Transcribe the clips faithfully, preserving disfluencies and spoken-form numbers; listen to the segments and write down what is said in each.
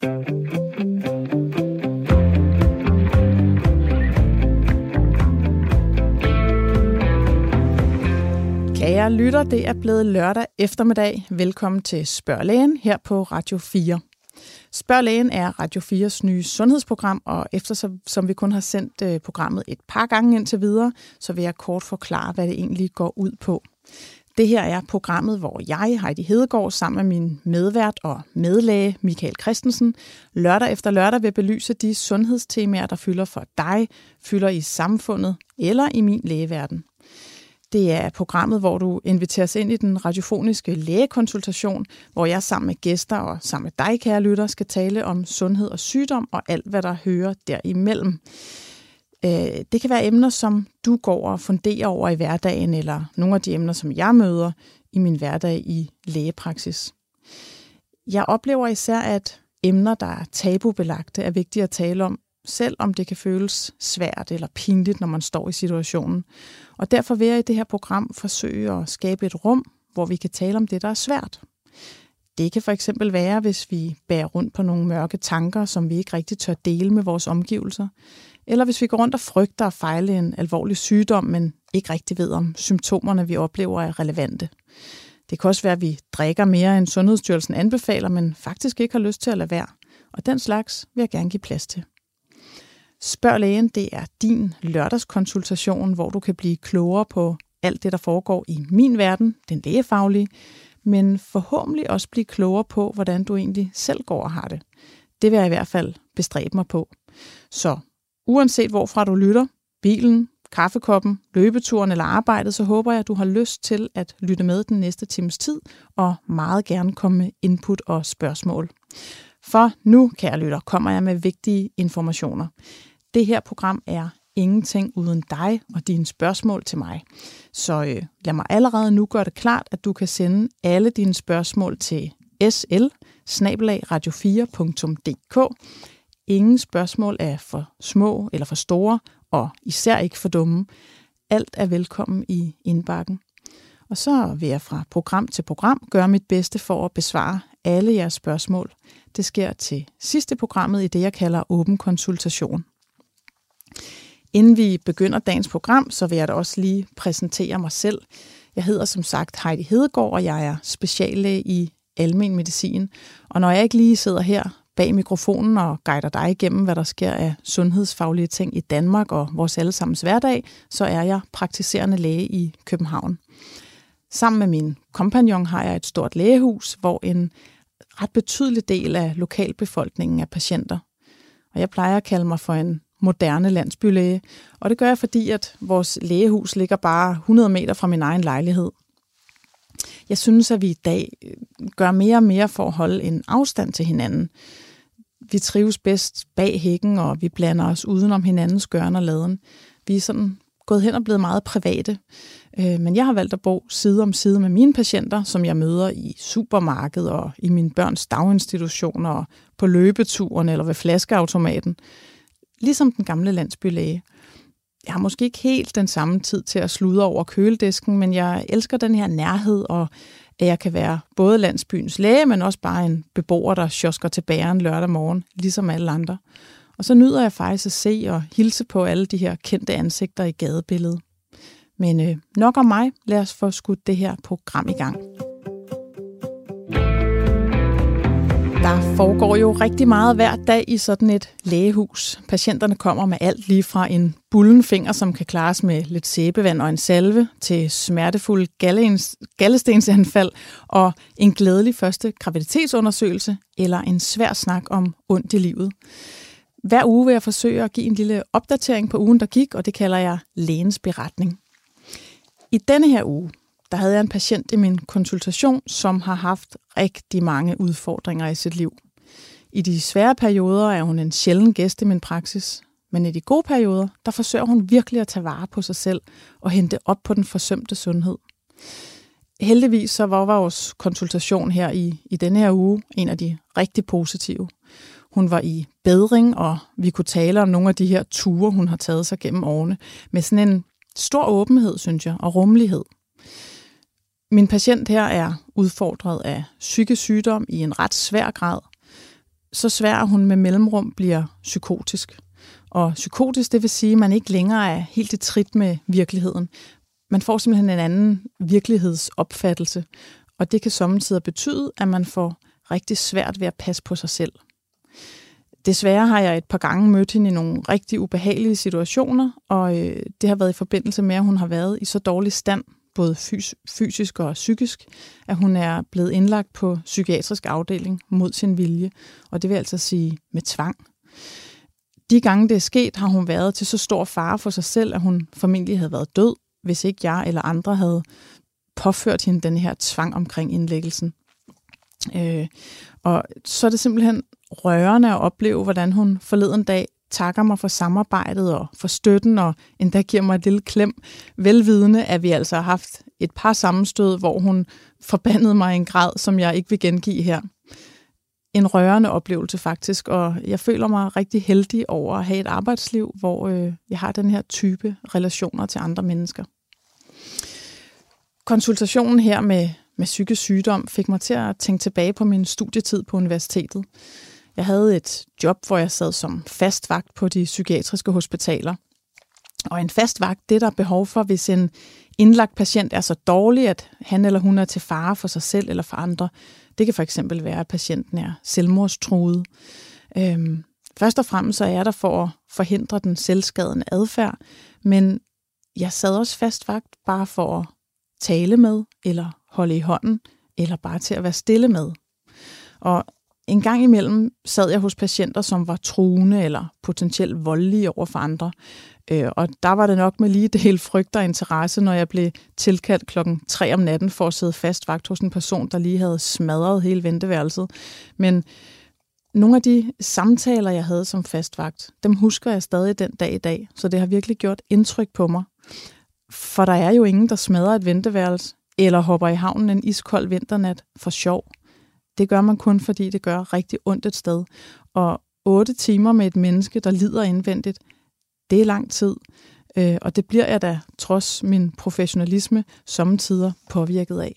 Kære lytter, det er blevet lørdag eftermiddag. Velkommen til Spørg Lægen her på Radio fire. Spørg Lægen er Radio fires nye sundhedsprogram, og eftersom vi kun har sendt programmet et par gange indtil videre, så vil jeg kort forklare, hvad det egentlig går ud på. Det her er programmet, hvor jeg, Heidi Hedegaard, sammen med min medvært og medlæge Michael Christensen, lørdag efter lørdag vil belyse de sundhedstemaer, der fylder for dig, fylder i samfundet eller i min lægeverden. Det er programmet, hvor du inviteres ind i den radiofoniske lægekonsultation, hvor jeg sammen med gæster og sammen med dig, kære lytter, skal tale om sundhed og sygdom og alt, hvad der hører derimellem. Det kan være emner, som du går og funderer over i hverdagen, eller nogle af de emner, som jeg møder i min hverdag i lægepraksis. Jeg oplever især, at emner, der er tabubelagte, er vigtige at tale om, selv om det kan føles svært eller pinligt, når man står i situationen. Og derfor vil jeg i det her program forsøge at skabe et rum, hvor vi kan tale om det, der er svært. Det kan for eksempel være, hvis vi bærer rundt på nogle mørke tanker, som vi ikke rigtig tør dele med vores omgivelser. Eller hvis vi går rundt og frygter at fejle en alvorlig sygdom, men ikke rigtig ved, om symptomerne, vi oplever, er relevante. Det kan også være, at vi drikker mere, end Sundhedsstyrelsen anbefaler, men faktisk ikke har lyst til at lade være. Og den slags vil jeg gerne give plads til. Spørg Lægen, det er din lørdagskonsultation, hvor du kan blive klogere på alt det, der foregår i min verden, den lægefaglige, men forhåbentlig også blive klogere på, hvordan du egentlig selv går og har det. Det vil jeg i hvert fald bestræbe mig på. Så uanset hvorfra du lytter, bilen, kaffekoppen, løbeturen eller arbejdet, så håber jeg, at du har lyst til at lytte med den næste times tid, og meget gerne komme med input og spørgsmål. For nu, kære lytter, kommer jeg med vigtige informationer. Det her program er ingenting uden dig og dine spørgsmål til mig. Så øh, lad mig allerede nu gøre det klart, at du kan sende alle dine spørgsmål til s l bindestreg radio fire punktum d k. Ingen spørgsmål er for små eller for store, og især ikke for dumme. Alt er velkommen i indbakken. Og så vil jeg fra program til program gøre mit bedste for at besvare alle jeres spørgsmål. Det sker til sidste programmet i det, jeg kalder åben konsultation. Inden vi begynder dagens program, så vil jeg da også lige præsentere mig selv. Jeg hedder som sagt Heidi Hedegaard, og jeg er speciallæge i almen medicin. Og når jeg ikke lige sidder her bag mikrofonen og guider dig igennem, hvad der sker af sundhedsfaglige ting i Danmark og vores allesammens hverdag, så er jeg praktiserende læge i København. Sammen med min kompagnon har jeg et stort lægehus, hvor en ret betydelig del af lokalbefolkningen er patienter. Og jeg plejer at kalde mig for en moderne landsbylæge, og det gør jeg, fordi at vores lægehus ligger bare hundrede meter fra min egen lejlighed. Jeg synes, at vi i dag gør mere og mere for at holde en afstand til hinanden. Vi trives bedst bag hækken, og vi blander os udenom hinandens gøren og laden. Vi er sådan gået hen og blevet meget private, men jeg har valgt at bo side om side med mine patienter, som jeg møder i supermarkedet og i mine børns daginstitutioner og på løbeturen eller ved flaskeautomaten. Ligesom den gamle landsbylæge. Jeg har måske ikke helt den samme tid til at sludre over køledisken, men jeg elsker den her nærhed, og at jeg kan være både landsbyens læge, men også bare en beboer, der sjosker til bageren lørdag morgen, ligesom alle andre. Og så nyder jeg faktisk at se og hilse på alle de her kendte ansigter i gadebilledet. Men øh, nok om mig. Lad os få skudt det her program i gang. Der foregår jo rigtig meget hver dag i sådan et lægehus. Patienterne kommer med alt lige fra en bullen finger, som kan klares med lidt sæbevand og en salve, til smertefulde galdestensanfald og en glædelig første graviditetsundersøgelse eller en svær snak om ondt i livet. Hver uge vil jeg forsøge at give en lille opdatering på ugen, der gik, og det kalder jeg lægens beretning. I denne her uge, der havde jeg en patient i min konsultation, som har haft rigtig mange udfordringer i sit liv. I de svære perioder er hun en sjælden gæst i min praksis, men i de gode perioder, der forsøger hun virkelig at tage vare på sig selv og hente op på den forsømte sundhed. Heldigvis så var vores konsultation her i, i denne her uge en af de rigtig positive. Hun var i bedring, og vi kunne tale om nogle af de her ture, hun har taget sig gennem årene, med sådan en stor åbenhed, synes jeg, og rummelighed. Min patient her er udfordret af psykisk sygdom i en ret svær grad. så svær, at hun med mellemrum bliver psykotisk. Og psykotisk, det vil sige, at man ikke længere er helt i trit med virkeligheden. Man får simpelthen en anden virkelighedsopfattelse, og det kan sommetider betyde, at man får rigtig svært ved at passe på sig selv. Desværre har jeg et par gange mødt hende i nogle rigtig ubehagelige situationer, og øh, det har været i forbindelse med, at hun har været i så dårlig stand, både fys- fysisk og psykisk, at hun er blevet indlagt på psykiatrisk afdeling mod sin vilje, og det vil altså sige med tvang. De gange det er sket, har hun været til så stor fare for sig selv, at hun formentlig havde været død, hvis ikke jeg eller andre havde påført hende den her tvang omkring indlæggelsen. Øh, og så er det simpelthen rørende at opleve, hvordan hun forleden dag takker mig for samarbejdet og for støtten, og endda giver mig et lille klem, velvidende, at vi altså har haft et par sammenstød, hvor hun forbandede mig i en grad, som jeg ikke vil gengive her. En rørende oplevelse faktisk, og jeg føler mig rigtig heldig over at have et arbejdsliv, hvor øh, jeg har den her type relationer til andre mennesker. Konsultationen her med, med psykisk sygdom fik mig til at tænke tilbage på min studietid på universitetet. Jeg havde et job, hvor jeg sad som fast vagt på de psykiatriske hospitaler. Og en fast vagt, det er der behov for, hvis en indlagt patient er så dårlig, at han eller hun er til fare for sig selv eller for andre. Det kan for eksempel være, at patienten er selvmordstruet. Øhm, først og fremmest så er der for at forhindre den selvskadende adfærd, men jeg sad også fast vagt bare for at tale med, eller holde i hånden, eller bare til at være stille med. Og en gang imellem sad jeg hos patienter, som var truende eller potentielt voldelige over for andre. Og der var det nok med lige del frygt og interesse, når jeg blev tilkaldt klokken tre om natten for at sidde fast vagt hos en person, der lige havde smadret hele venteværelset. Men nogle af de samtaler, jeg havde som fastvagt, dem husker jeg stadig den dag i dag, så det har virkelig gjort indtryk på mig. For der er jo ingen, der smadrer et venteværelse eller hopper i havnen en iskold vinternat for sjov. Det gør man kun, fordi det gør rigtig ondt et sted. Og otte timer med et menneske, der lider indvendigt, det er lang tid. Og det bliver jeg da, trods min professionalisme, sommetider påvirket af.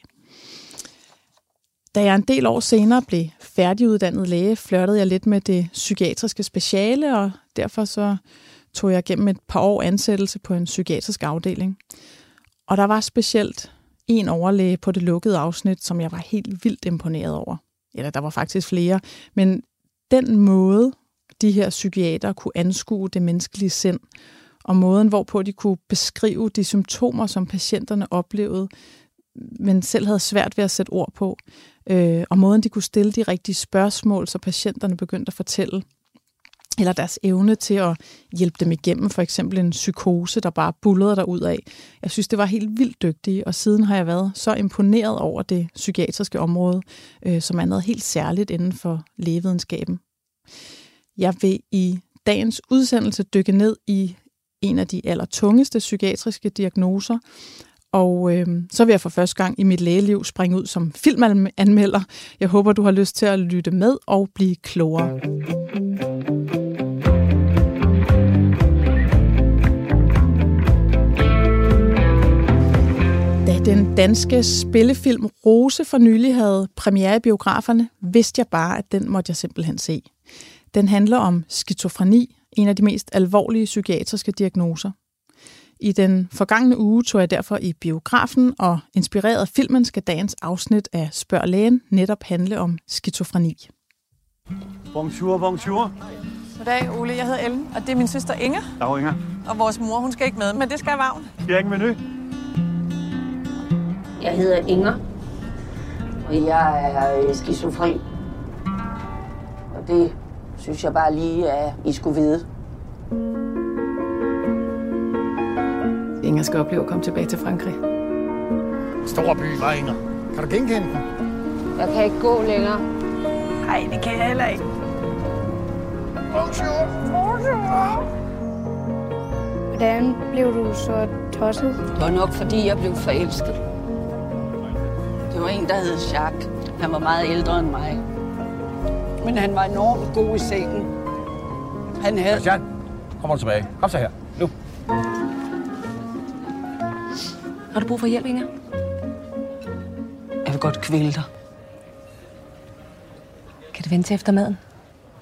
Da jeg en del år senere blev færdiguddannet læge, flirtede jeg lidt med det psykiatriske speciale, og derfor så tog jeg gennem et par år ansættelse på en psykiatrisk afdeling. Og der var specielt en overlæge på det lukkede afsnit, som jeg var helt vildt imponeret over. Eller der var faktisk flere. Men den måde, de her psykiatere kunne anskue det menneskelige sind, og måden, hvorpå de kunne beskrive de symptomer, som patienterne oplevede, men selv havde svært ved at sætte ord på, øh, og måden, de kunne stille de rigtige spørgsmål, så patienterne begyndte at fortælle, eller deres evne til at hjælpe dem igennem, for eksempel en psykose, der bare bullede derud af. Jeg synes, det var helt vildt dygtigt, og siden har jeg været så imponeret over det psykiatriske område, øh, som er noget helt særligt inden for lægevidenskaben. Jeg vil i dagens udsendelse dykke ned i en af de allertungeste psykiatriske diagnoser, og øh, så vil jeg for første gang i mit lægeliv springe ud som filmanmelder. Jeg håber, du har lyst til at lytte med og blive klogere. Da den danske spillefilm Rose for nylig havde premiere i biograferne, vidste jeg bare, at den måtte jeg simpelthen se. Den handler om skizofreni, en af de mest alvorlige psykiatriske diagnoser. I den forgangne uge tog jeg derfor i biografen, og inspireret af filmen skal dagens afsnit af Spørg Lægen netop handle om skizofreni. Bonjour, bonjour. Goddag, Ole. Jeg hedder Ellen, og det er min søster Inger. Dag, Inger. Og vores mor, hun skal ikke med, men det skal Vagn. Vi har ingen menu. Jeg hedder Inger, og jeg er skizofren. Og det synes jeg bare lige, at I skulle vide. Inger skal opleve at komme tilbage til Frankrig. Stor by, var Inger. Kan du genkende den? Jeg kan ikke gå længere. Nej, det kan jeg heller ikke. Bonjour. Bonjour. Hvordan blev du så tosset? Det var nok, fordi jeg blev forelsket. Det var en, der hed Jacques. Han var meget ældre end mig. Men han var enormt god i sengen. Han havde... Christian, kommer du tilbage. Kom så her. Nu. Har du brug for hjælp, Inger? Jeg vil godt kvæle dig. Kan det vente til efter maden?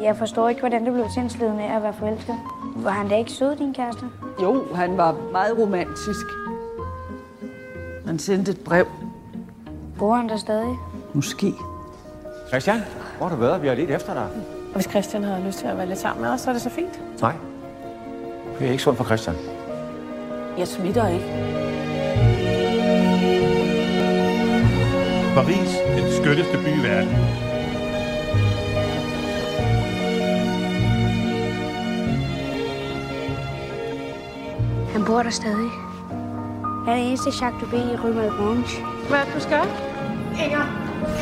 Jeg forstår ikke, hvordan det blev sindslidende af at være forelsket. Var han da ikke sød, din kæreste? Jo, han var meget romantisk. Han sendte et brev. Bor han der stadig? Måske. Christian, hvor har du været? Vi har lidt efter dig. Og hvis Christian havde lyst til at være lidt sammen med os, så er det så fint. Nej. Det er ikke sundt for Christian. Jeg smitter ikke. Paris, den skønneste by i verden. Han bor der stadig. Han er det eneste Jacques Dubé i Rue Malebranche. Hvad er det, du skal? Inger.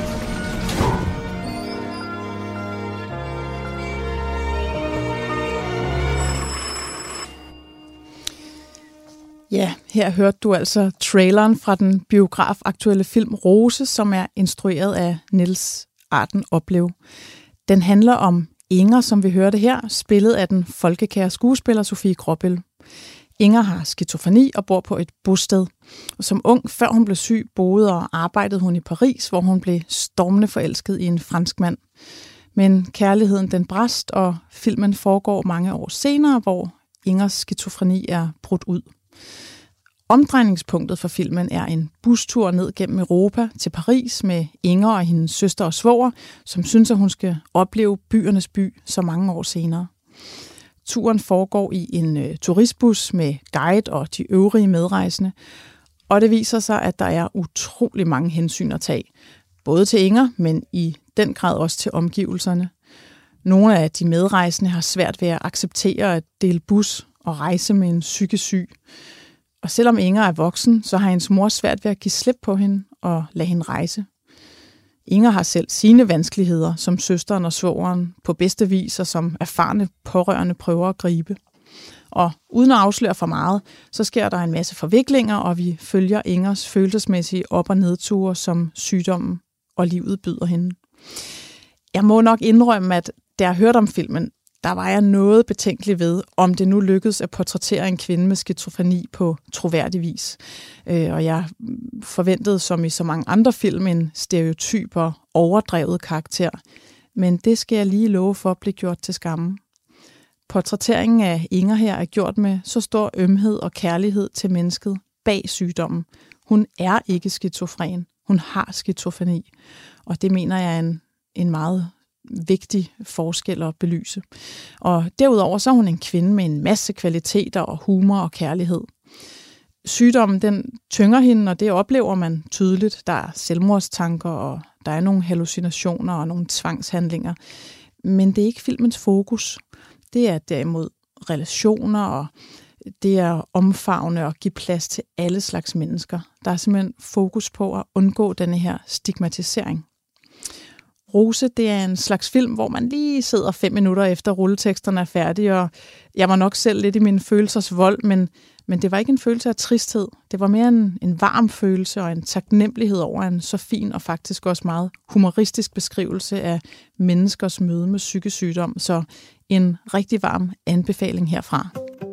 Ja, her hørte du altså traileren fra den biografaktuelle film Rose, som er instrueret af Niels Arden Oplev. Den handler om Inger, som vi hørte her, spillet af den folkekære skuespiller Sofie Gråbøl. Inger har skizofreni og bor på et bosted. Som ung, før hun blev syg, boede og arbejdede hun i Paris, hvor hun blev stormende forelsket i en franskmand. Men kærligheden den brast, og filmen foregår mange år senere, hvor Ingers skizofreni er brudt ud. Omdrejningspunktet for filmen er en bustur ned gennem Europa til Paris med Inger og hendes søster og svoger, som synes, at hun skal opleve byernes by så mange år senere. Turen foregår i en ø, turistbus med guide og de øvrige medrejsende, og det viser sig, at der er utrolig mange hensyn at tage. Både til Inger, men i den grad også til omgivelserne. Nogle af de medrejsende har svært ved at acceptere at dele bus og rejse med en psykisk syg. Og selvom Inger er voksen, så har hendes mor svært ved at give slip på hende og lade hende rejse. Inger har selv sine vanskeligheder, som søsteren og svogeren på bedste vis og som erfarne pårørende prøver at gribe. Og uden at afsløre for meget, så sker der en masse forviklinger, og vi følger Ingers følelsesmæssige op- og nedture, som sygdommen og livet byder hende. Jeg må nok indrømme, at da jeg hørte om filmen, der var jeg noget betænkelig ved, om det nu lykkedes at portrættere en kvinde med skizofreni på troværdig vis. Og jeg forventede, som i så mange andre film, en stereotyp og overdrevet karakter. Men det skal jeg lige love for at blive gjort til skamme. Portrætteringen af Inger her er gjort med så stor ømhed og kærlighed til mennesket bag sygdommen. Hun er ikke skizofren. Hun har skizofreni. Og det mener jeg er en, en meget vigtig forskel at belyse. Og derudover så er hun en kvinde med en masse kvaliteter og humor og kærlighed. Sygdommen den tynger hende, og det oplever man tydeligt. Der er selvmordstanker, og der er nogle hallucinationer og nogle tvangshandlinger. Men det er ikke filmens fokus. Det er derimod relationer, og det er omfavne og give plads til alle slags mennesker. Der er simpelthen fokus på at undgå denne her stigmatisering. Rose, det er en slags film, hvor man lige sidder fem minutter efter rulleteksterne er færdige, og jeg var nok selv lidt i mine følelsers vold, men, men det var ikke en følelse af tristhed. Det var mere en, en varm følelse og en taknemmelighed over en så fin og faktisk også meget humoristisk beskrivelse af menneskers møde med psykisk sygdom. Så en rigtig varm anbefaling herfra.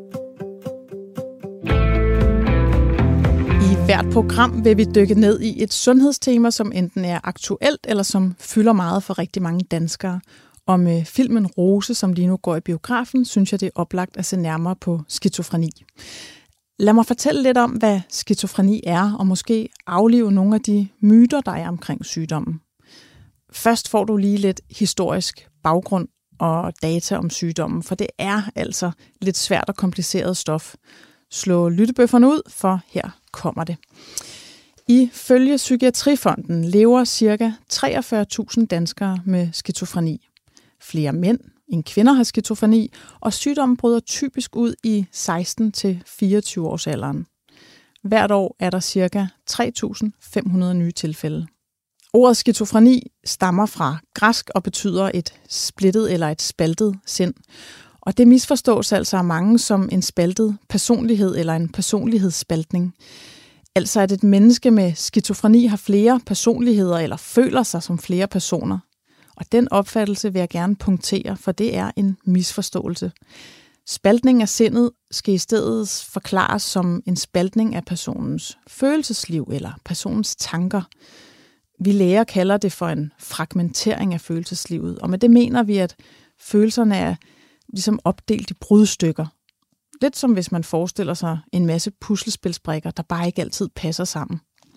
I hvert program vil vi dykke ned i et sundhedstema, som enten er aktuelt eller som fylder meget for rigtig mange danskere. Og med filmen Rose, som lige nu går i biografen, synes jeg, det er oplagt at se nærmere på skizofreni. Lad mig fortælle lidt om, hvad skizofreni er, og måske aflive nogle af de myter, der er omkring sygdommen. Først får du lige lidt historisk baggrund og data om sygdommen, for det er altså lidt svært og kompliceret stof. Slå lyttebøfferne ud, for her kommer det. Ifølge Psykiatrifonden lever ca. treogfyrre tusind danskere med skizofreni. Flere mænd end kvinder har skizofreni, og sygdommen bryder typisk ud i seksten til fireogtyve års alderen. Hvert år er der ca. tre tusind fem hundrede nye tilfælde. Ordet skizofreni stammer fra græsk og betyder et splittet eller et spaltet sind. Og det misforstås altså af mange som en spaltet personlighed eller en personlighedsspaltning. Altså at et menneske med skizofreni har flere personligheder eller føler sig som flere personer. Og den opfattelse vil jeg gerne punktere, for det er en misforståelse. Spaltning af sindet skal i stedet forklares som en spaltning af personens følelsesliv eller personens tanker. Vi læger kalder det for en fragmentering af følelseslivet, og med det mener vi, at følelserne er ligesom opdelt i brudstykker. Lidt som hvis man forestiller sig en masse puslespilsbrikker, der bare ikke altid passer sammen.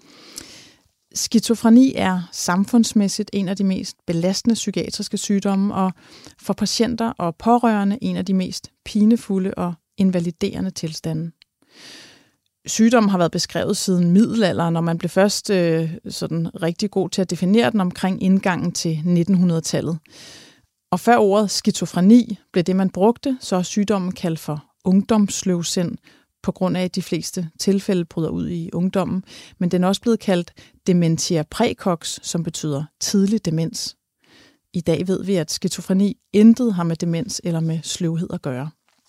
Skizofreni er samfundsmæssigt en af de mest belastende psykiatriske sygdomme, og for patienter og pårørende en af de mest pinefulde og invaliderende tilstande. Sygdommen har været beskrevet siden middelalderen, når man blev først øh, sådan rigtig god til at definere den omkring indgangen til nitten hundrede-tallet. Og før ordet skizofreni blev det, man brugte, så er sygdommen kaldt for ungdomssløvsind, på grund af, at de fleste tilfælde bryder ud i ungdommen, men den er også blevet kaldt dementia praecox, som betyder tidlig demens. I dag ved vi, at skizofreni intet har med demens eller med sløvhed at gøre.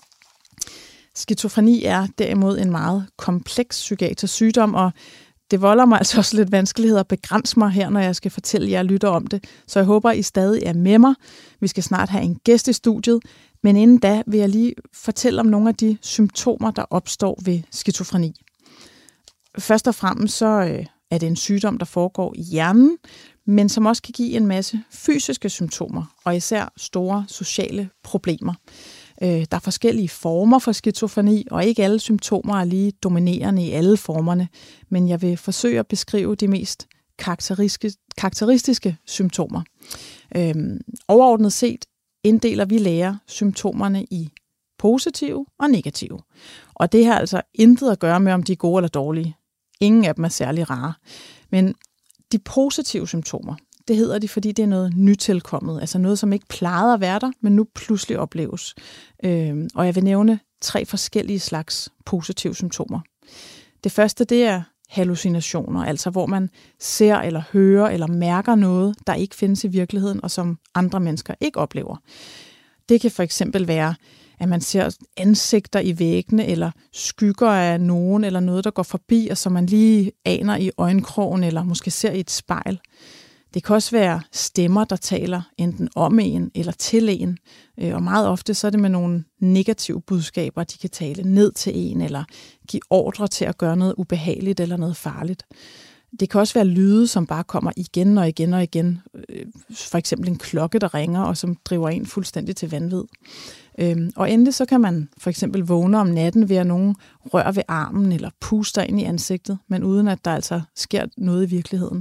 Skizofreni er derimod en meget kompleks psykiatrisk sygdom, og det volder mig altså også lidt vanskeligheder at begrænse mig her, når jeg skal fortælle jer lytter om det, så jeg håber, I stadig er med mig. Vi skal snart have en gæst i studiet, men inden da vil jeg lige fortælle om nogle af de symptomer, der opstår ved skizofreni. Først og fremmest så er det en sygdom, der foregår i hjernen, men som også kan give en masse fysiske symptomer, og især store sociale problemer. Der er forskellige former for skizofreni, og ikke alle symptomer er lige dominerende i alle formerne, men jeg vil forsøge at beskrive de mest karakteristiske, karakteristiske symptomer. Øhm, overordnet set inddeler vi læger symptomerne i positive og negative. Og det har altså intet at gøre med, om de er gode eller dårlige. Ingen af dem er særlig rare. Men de positive symptomer, det hedder de, fordi det er noget nytilkommet, altså noget, som ikke plejede at være der, men nu pludselig opleves. Øhm, og jeg vil nævne tre forskellige slags positive symptomer. Det første, det er hallucinationer, altså hvor man ser eller hører eller mærker noget, der ikke findes i virkeligheden, og som andre mennesker ikke oplever. Det kan for eksempel være, at man ser ansigter i væggene, eller skygger af nogen, eller noget, der går forbi, og som man lige aner i øjenkrogen, eller måske ser i et spejl. Det kan også være stemmer, der taler enten om en eller til en, og meget ofte så er det med nogle negative budskaber, de kan tale ned til en, eller give ordre til at gøre noget ubehageligt eller noget farligt. Det kan også være lyde, som bare kommer igen og igen og igen. For eksempel en klokke, der ringer, og som driver en fuldstændig til vanvid. Og endelig så kan man for eksempel vågne om natten ved, at nogen rører ved armen eller puster ind i ansigtet, men uden at der altså sker noget i virkeligheden.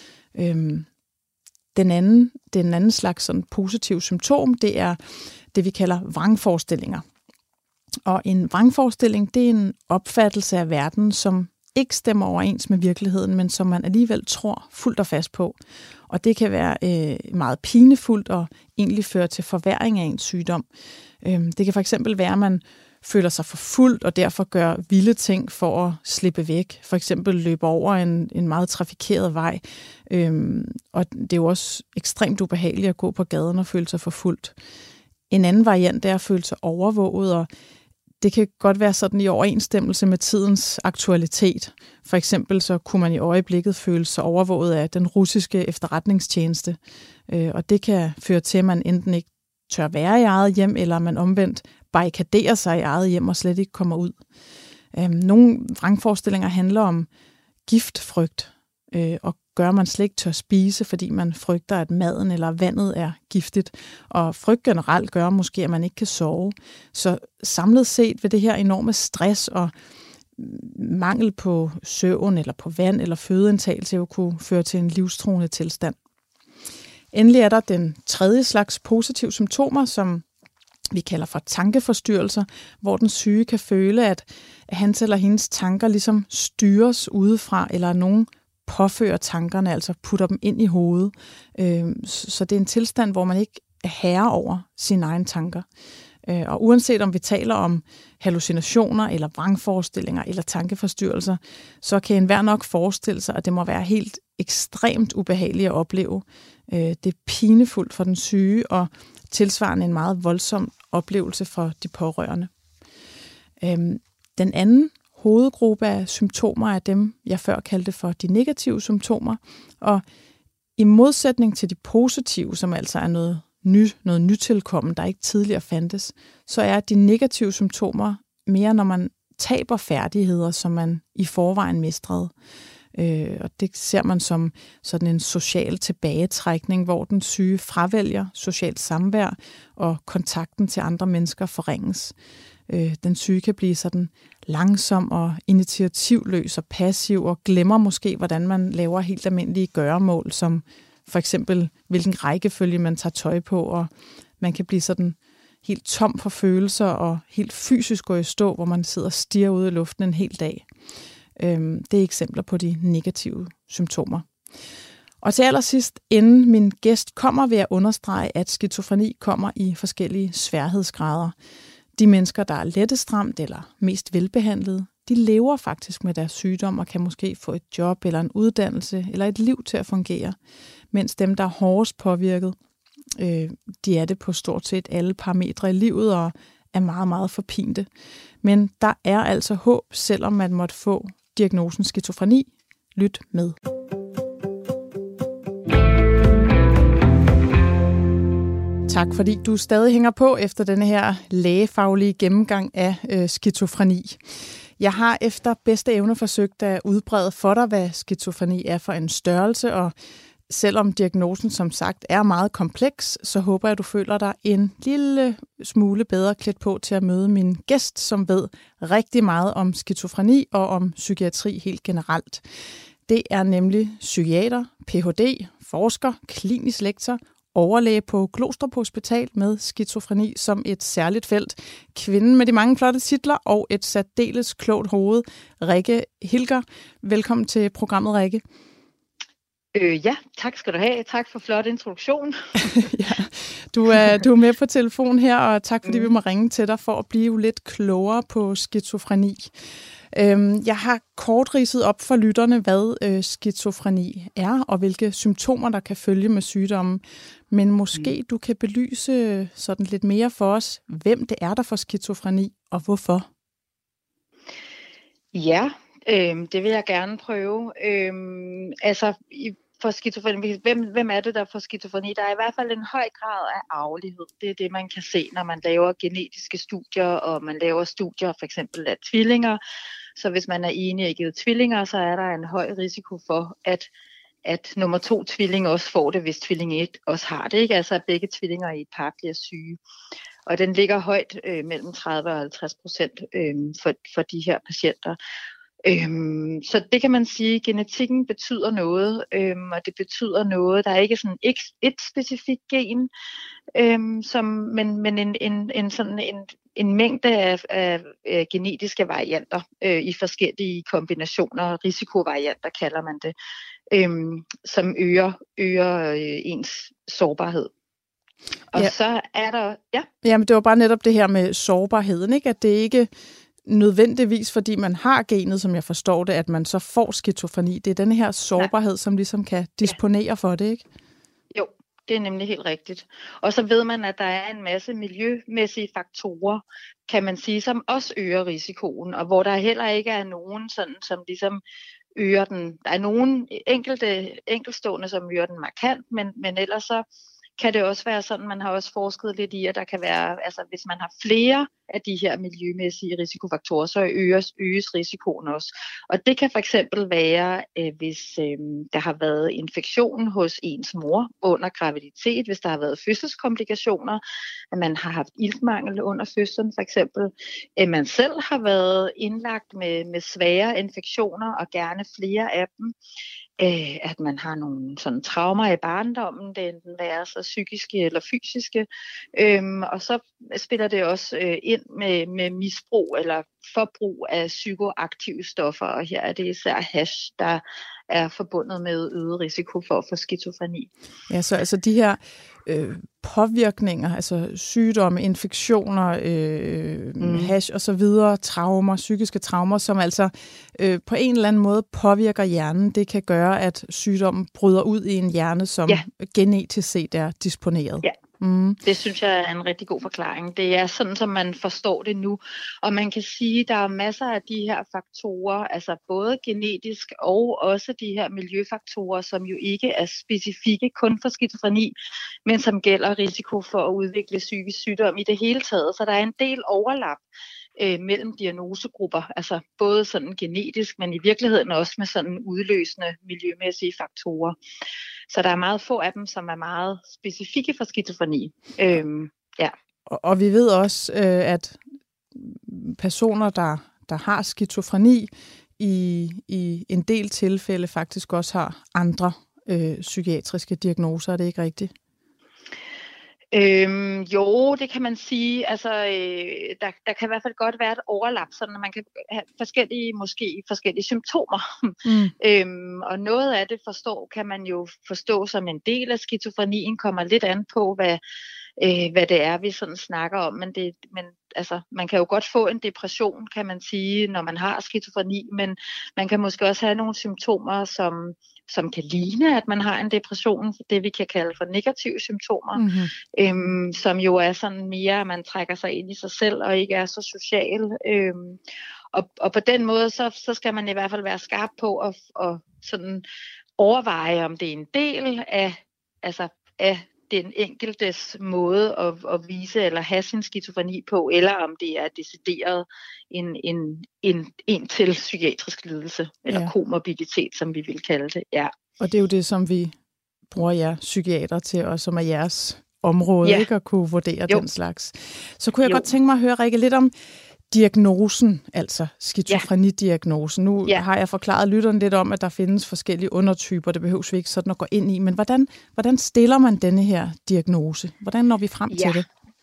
Den anden, den anden slags sådan positiv symptom, det er det, vi kalder vrangforestillinger. Og en vrangforestilling, det er en opfattelse af verden, som ikke stemmer overens med virkeligheden, men som man alligevel tror fuldt og fast på. Og det kan være øh, meget pinefuldt og egentlig føre til forværring af ens sygdom. Øh, det kan for eksempel være, at man føler sig forfulgt og derfor gør vilde ting for at slippe væk. For eksempel løbe over en, en meget trafikeret vej. Øh, og det er jo også ekstremt ubehageligt at gå på gaden og føle sig forfulgt. En anden variant er at føle sig overvåget, og det kan godt være sådan i overensstemmelse med tidens aktualitet. For eksempel så kunne man i øjeblikket føle sig overvåget af den russiske efterretningstjeneste. Og det kan føre til, at man enten ikke tør være i eget hjem, eller man omvendt barrikaderer sig i eget hjem og slet ikke kommer ud. Nogle vrangforestillinger handler om giftfrygt, og gør, at man slet ikke tør spise, fordi man frygter, at maden eller vandet er giftigt. Og frygt generelt gør måske, at man ikke kan sove. Så samlet set vil det her enorme stress og mangel på søvn eller på vand eller fødeindtagelse jo kunne føre til en livstruende tilstand. Endelig er der den tredje slags positive symptomer, som vi kalder for tankeforstyrrelser, hvor den syge kan føle, at hans eller hendes tanker ligesom styres udefra, eller nogen påfører tankerne, altså putter dem ind i hovedet. Så det er en tilstand, hvor man ikke er herre over sine egne tanker. Og uanset om vi taler om hallucinationer, eller vrangforestillinger, eller tankeforstyrrelser, så kan enhver nok forestille sig, at det må være helt ekstremt ubehageligt at opleve. Det er pinefuldt for den syge, og tilsvarende en meget voldsom oplevelse for de pårørende. Den anden hovedgruppe af symptomer er dem, jeg før kaldte for de negative symptomer. Og i modsætning til de positive, som altså er noget, ny, noget nytilkommen, der ikke tidligere fandtes, så er de negative symptomer mere, når man taber færdigheder, som man i forvejen mestrede. Øh, og det ser man som sådan en social tilbagetrækning, hvor den syge fravælger socialt samvær, og kontakten til andre mennesker forringes. Øh, den syge kan blive sådan langsom og initiativløs og passiv, og glemmer måske, hvordan man laver helt almindelige gøremål, som for eksempel, hvilken rækkefølge man tager tøj på, og man kan blive sådan helt tom for følelser og helt fysisk gå i stå, hvor man sidder og stirrer ud i luften en hel dag. Øhm, det er eksempler på de negative symptomer. Og til allersidst, inden min gæst kommer, vil jeg understrege, at skizofreni kommer i forskellige sværhedsgrader. De mennesker, der er lettest ramt eller mest velbehandlede, de lever faktisk med deres sygdom og kan måske få et job eller en uddannelse eller et liv til at fungere, mens dem, der er hårdest påvirket, øh, de er det på stort set alle parametre i livet og er meget, meget forpinte. Men der er altså håb, selvom man måtte få diagnosen skizofreni. Lyt med. Tak, fordi du stadig hænger på efter denne her lægefaglige gennemgang af øh, skizofreni. Jeg har efter bedste evne forsøgt at udbrede for dig, hvad skizofreni er for en størrelse, og selvom diagnosen som sagt er meget kompleks, så håber jeg, at du føler dig en lille smule bedre klædt på til at møde min gæst, som ved rigtig meget om skizofreni og om psykiatri helt generelt. Det er nemlig psykiater, P H D, forsker, klinisk lektor, overlæge på Glostrup Hospital med skizofreni som et særligt felt, kvinden med de mange flotte titler og et særdeles klogt hoved, Rikke Hilger. Velkommen til programmet, Rikke. Øh, ja, tak skal du have. Tak for flot introduktion. ja, du, er, du er med på telefon her, og tak fordi mm. vi må ringe til dig for at blive lidt klogere på skizofreni. Øhm, jeg har kort ridset op for lytterne, hvad øh, skizofreni er, og hvilke symptomer, der kan følge med sygdommen. Men måske mm. du kan belyse sådan lidt mere for os, hvem det er, der får skizofreni, og hvorfor? Ja, øh, det vil jeg gerne prøve. Øh, altså, for skizofreni, hvem, hvem er det, der får skizofreni? Der er i hvert fald en høj grad af arvelighed. Det er det, man kan se, når man laver genetiske studier, og man laver studier for eksempel af tvillinger. Så hvis man er enægget tvillinger, så er der en høj risiko for, at, at nummer to tvilling også får det, hvis tvilling et også har det. Ikke? Altså at begge tvillinger i et par bliver syge. Og den ligger højt øh, mellem tredive og halvtreds procent øh, for, for de her patienter. Øhm, så det kan man sige, genetikken betyder noget, øhm, og det betyder noget. Der er ikke sådan et, et specifikt gen, øhm, som, men, men en, en, en, sådan en, en mængde af, af, af genetiske varianter øh, i forskellige kombinationer, risikovarianter kalder man det, øhm, som øger, øger øh, ens sårbarhed. Og ja. Så er der... Ja. Jamen, det var bare netop det her med sårbarheden, ikke? At det ikke nødvendigvis, fordi man har genet, som jeg forstår det, at man så får skizofreni. Det er den her sårbarhed, Nej. Som ligesom kan disponere ja. For det, ikke? Jo, det er nemlig helt rigtigt. Og så ved man, at der er en masse miljømæssige faktorer, kan man sige, som også øger risikoen, og hvor der heller ikke er nogen, sådan, som ligesom øger den. Der er nogen enkelte, enkeltstående, som øger den markant, men, men ellers så kan det også være sådan, man har også forsket lidt i, at der kan være, altså hvis man har flere af de her miljømæssige risikofaktorer, så øges, øges risikoen også. Og det kan for eksempel være, øh, hvis øh, der har været infektion hos ens mor under graviditet, hvis der har været fødselskomplikationer, at man har haft iltmangel under fødslen for eksempel, at man selv har været indlagt med, med svære infektioner og gerne flere af dem, at man har nogle sådan traumer i barndommen, det enten være så psykiske eller fysiske, øhm, og så spiller det også øh, ind med, med misbrug eller forbrug af psykoaktive stoffer, og her er det især hash, der er forbundet med øget risiko for at få skizofreni. Ja, så altså de her øh, påvirkninger, altså sygdomme, infektioner, øh, mm. hash og så videre, traumer, psykiske traumer, som altså øh, på en eller anden måde påvirker hjernen, det kan gøre, at sygdommen bryder ud i en hjerne, som ja. Genetisk set er disponeret. Ja. Mm. Det synes jeg er en rigtig god forklaring. Det er sådan, som man forstår det nu. Og man kan sige, at der er masser af de her faktorer, altså både genetisk og også de her miljøfaktorer, som jo ikke er specifikke kun for skizofreni, men som gælder risiko for at udvikle psykisk sygdom i det hele taget. Så der er en del overlap øh, mellem diagnosegrupper, altså både sådan genetisk, men i virkeligheden også med sådan udløsende miljømæssige faktorer. Så der er meget få af dem, som er meget specifikke for skizofreni. Øhm, ja. og, og vi ved også, øh, at personer, der, der har skizofreni, i, i en del tilfælde faktisk også har andre øh, psykiatriske diagnoser. Er det ikke rigtigt? Øhm, jo, det kan man sige. Altså, øh, der, der kan i hvert fald godt være et overlap, så man kan have forskellige, måske forskellige symptomer. Mm. øhm, og noget af det forstår, kan man jo forstå som en del af skizofrenien, kommer lidt an på, hvad, øh, hvad det er, vi sådan snakker om. Men, det, men altså, man kan jo godt få en depression, kan man sige, når man har skizofreni, men man kan måske også have nogle symptomer, som som kan ligne, at man har en depression, det vi kan kalde for negative symptomer, mm-hmm. øhm, som jo er sådan mere, at man trækker sig ind i sig selv og ikke er så social. Øhm, og, og på den måde, så, så skal man i hvert fald være skarp på at, at sådan overveje, om det er en del af, altså af den enkeltes måde at, at vise eller have sin skizofreni på, eller om det er decideret en, en, en, en til psykiatrisk lidelse, eller ja. komorbiditet, som vi vil kalde det. Ja. Og det er jo det, som vi bruger jer psykiater til, og som er jeres område, ja. ikke at kunne vurdere jo. den slags. Så kunne jeg jo. godt tænke mig at høre, Rikke, lidt om diagnosen, altså skizofrenidiagnosen. Nu ja. har jeg forklaret lytteren lidt om, at der findes forskellige undertyper, det behøves vi ikke sådan at gå ind i, men hvordan, hvordan stiller man denne her diagnose? Hvordan når vi frem ja. til det?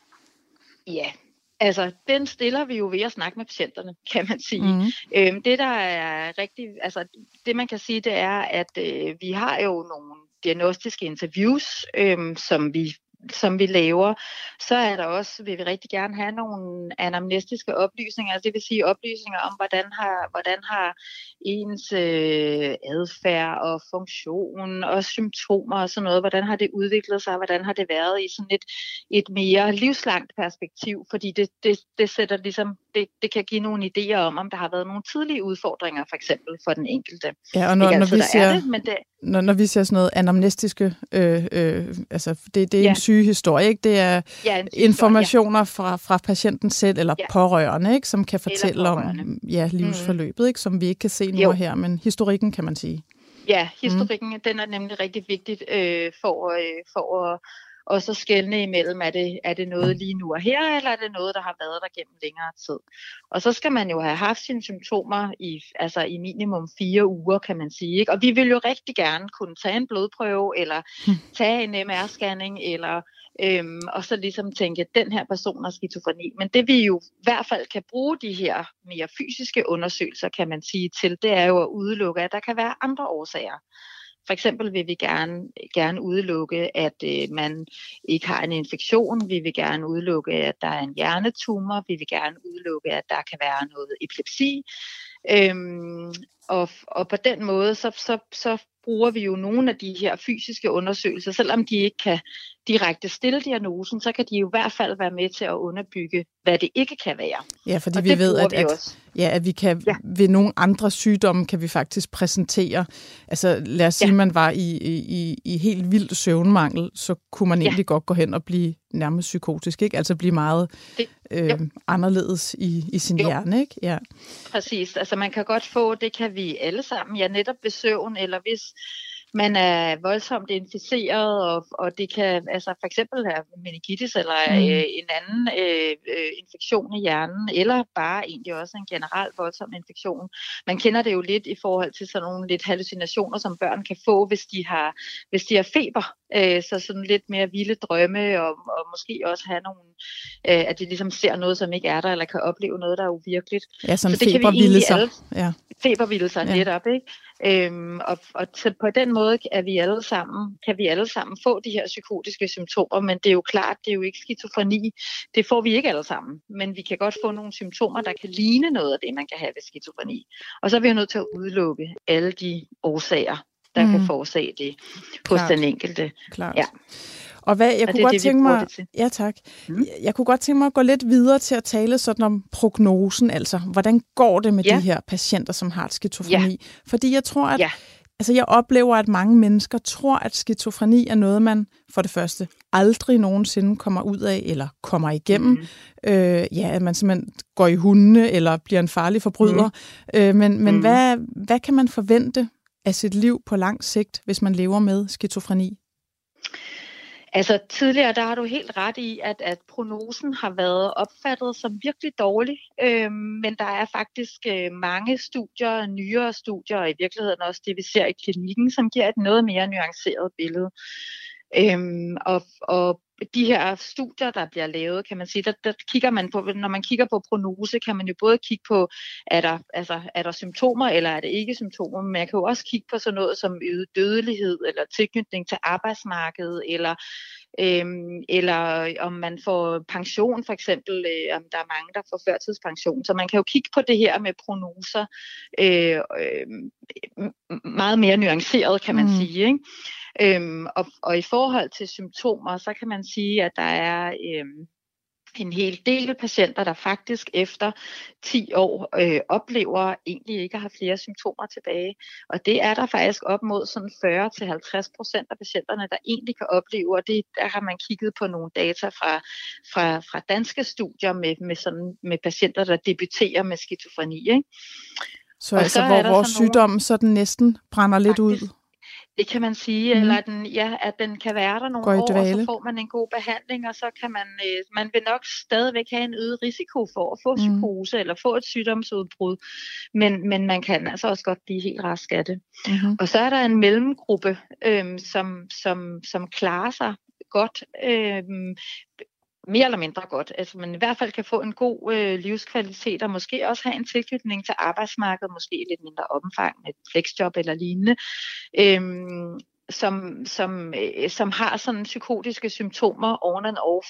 Ja, altså den stiller vi jo ved at snakke med patienterne, kan man sige. Mm. Øhm, det der er rigtig, altså det man kan sige, det er, at øh, vi har jo nogle diagnostiske interviews, øh, som vi som vi laver, så er der også, vil vi rigtig gerne have nogle anamnestiske oplysninger, altså det vil sige oplysninger om, hvordan har, hvordan har ens øh, adfærd og funktion og symptomer og sådan noget, hvordan har det udviklet sig, hvordan har det været i sådan et, et mere livslangt perspektiv, fordi det, det, det sætter ligesom, det, det kan give nogle idéer om, om der har været nogle tidlige udfordringer, for eksempel for den enkelte. Ja, og når, når altid, vi siger, det, men det, når, når vi siger sådan noget anamnestiske, øh, øh, altså det, det er ja. en sygehistorie, ikke? Det er ja, en informationer ja. fra, fra patienten selv, eller ja. pårørende, ikke? Som kan fortælle om ja, livsforløbet, mm. ikke? Som vi ikke kan se nu jo. her, men historikken kan man sige. Ja, historikken, mm. den er nemlig rigtig vigtigt øh, for, øh, for at og så skelne imellem, er det, er det noget lige nu og her, eller er det noget, der har været der gennem længere tid. Og så skal man jo have haft sine symptomer i, altså i minimum fire uger, kan man sige. Ikke? Og vi vil jo rigtig gerne kunne tage en blodprøve, eller tage en M R-scanning, eller øhm, og så ligesom tænke, at den her person har skizofreni. Men det vi jo i hvert fald kan bruge de her mere fysiske undersøgelser, kan man sige, til, det er jo at udelukke, at der kan være andre årsager. For eksempel vil vi gerne, gerne udelukke, at øh, man ikke har en infektion. Vi vil gerne udelukke, at der er en hjernetumor. Vi vil gerne udelukke, at der kan være noget epilepsi. Øhm, og, og på den måde, så, så, så bruger vi jo nogle af de her fysiske undersøgelser. Selvom de ikke kan direkte stille diagnosen, så kan de jo i hvert fald være med til at underbygge, hvad det ikke kan være. Ja, fordi og vi ved, at, vi at, ja, at vi kan ja. ved nogle andre sygdomme kan vi faktisk præsentere. Altså lad os sige, at ja. man var i, i, i helt vild søvnmangel, så kunne man egentlig ja. godt gå hen og blive nærmest psykotisk, ikke? Altså blive meget det, øh, anderledes i, i sin jo. hjerne, ikke? Ja. Præcis. Altså man kan godt få, det kan vi alle sammen, ja, netop ved søvn, eller hvis man er voldsomt inficeret, og, og det kan altså for eksempel have meningitis eller mm. øh, en anden øh, øh, infektion i hjernen, eller bare egentlig også en generel voldsom infektion. Man kender det jo lidt i forhold til sådan nogle lidt hallucinationer, som børn kan få, hvis de har, hvis de har feber. Øh, så sådan lidt mere vilde drømme, og, og måske også have nogle, øh, at de ligesom ser noget, som ikke er der, eller kan opleve noget, der er uvirkeligt. Ja, sådan så febervildelser. Ja. Febervildelser ja. netop, ikke? Øhm, og, og til, på den måde er vi alle sammen, kan vi alle sammen få de her psykotiske symptomer, men det er jo klart, det er jo ikke skizofreni. Det får vi ikke alle sammen, men vi kan godt få nogle symptomer, der kan ligne noget af det, man kan have ved skizofreni. Og så er vi jo nødt til at udelukke alle de årsager, der mm. kan forårsage det hos Klart. den enkelte. Klart. Ja. Og hvad, jeg kunne godt det, tænke mig, ja tak. Mm. Jeg kunne godt tænke mig at gå lidt videre til at tale sådan om prognosen, altså hvordan går det med ja. de her patienter, som har skizofreni? Ja. Fordi jeg tror, at ja. Altså jeg oplever, at mange mennesker tror, at skizofreni er noget, man for det første aldrig nogensinde kommer ud af eller kommer igennem. Mm. Øh, ja, at man simpelthen går i hundene eller bliver en farlig forbryder. Mm. Øh, men men mm. hvad, hvad kan man forvente af sit liv på lang sigt, hvis man lever med skizofreni? Altså tidligere, der har du helt ret i, at, at prognosen har været opfattet som virkelig dårlig, øhm, men der er faktisk øh, mange studier, nyere studier, og i virkeligheden også det, vi ser i klinikken, som giver et noget mere nuanceret billede. Øhm, og, og de her studier, der bliver lavet, kan man sige, der, der kigger man på, når man kigger på prognose, kan man jo både kigge på, er der, altså, er der symptomer, eller er det ikke symptomer, men man kan jo også kigge på sådan noget som øget dødelighed, eller tilknytning til arbejdsmarkedet, eller Øhm, eller om man får pension for eksempel, øh, om der er mange, der får førtidspension. Så man kan jo kigge på det her med prognoser øh, øh, meget mere nuanceret, kan man mm. sige. Ikke? Øhm, og, og i forhold til symptomer, så kan man sige, at der er øh, en hel del patienter, der faktisk efter ti år øh, oplever egentlig ikke at have flere symptomer tilbage. Og det er der faktisk op mod sådan fyrre til halvtreds procent af patienterne, der egentlig kan opleve. Og det, der har man kigget på nogle data fra, fra, fra danske studier med, med, sådan, med patienter, der debuterer med skizofreni. Ikke? Så, altså, så hvor vores sygdom så den næsten brænder lidt faktisk ud? Det kan man sige, mm. eller den, ja, at den kan være der nogle år, og så får man en god behandling, og så kan man, øh, man vil nok stadigvæk have en øget risiko for at få psykose, mm. eller få et sygdomsudbrud, men, men man kan altså også godt blive helt rask af det. Mm-hmm. Og så er der en mellemgruppe, øh, som, som, som klarer sig godt, øh, mere eller mindre godt. Altså man i hvert fald kan få en god øh, livskvalitet, og måske også have en tilknytning til arbejdsmarkedet, måske i lidt mindre omfang med et flexjob eller lignende, øhm, som, som, øh, som har sådan psykotiske symptomer on and off,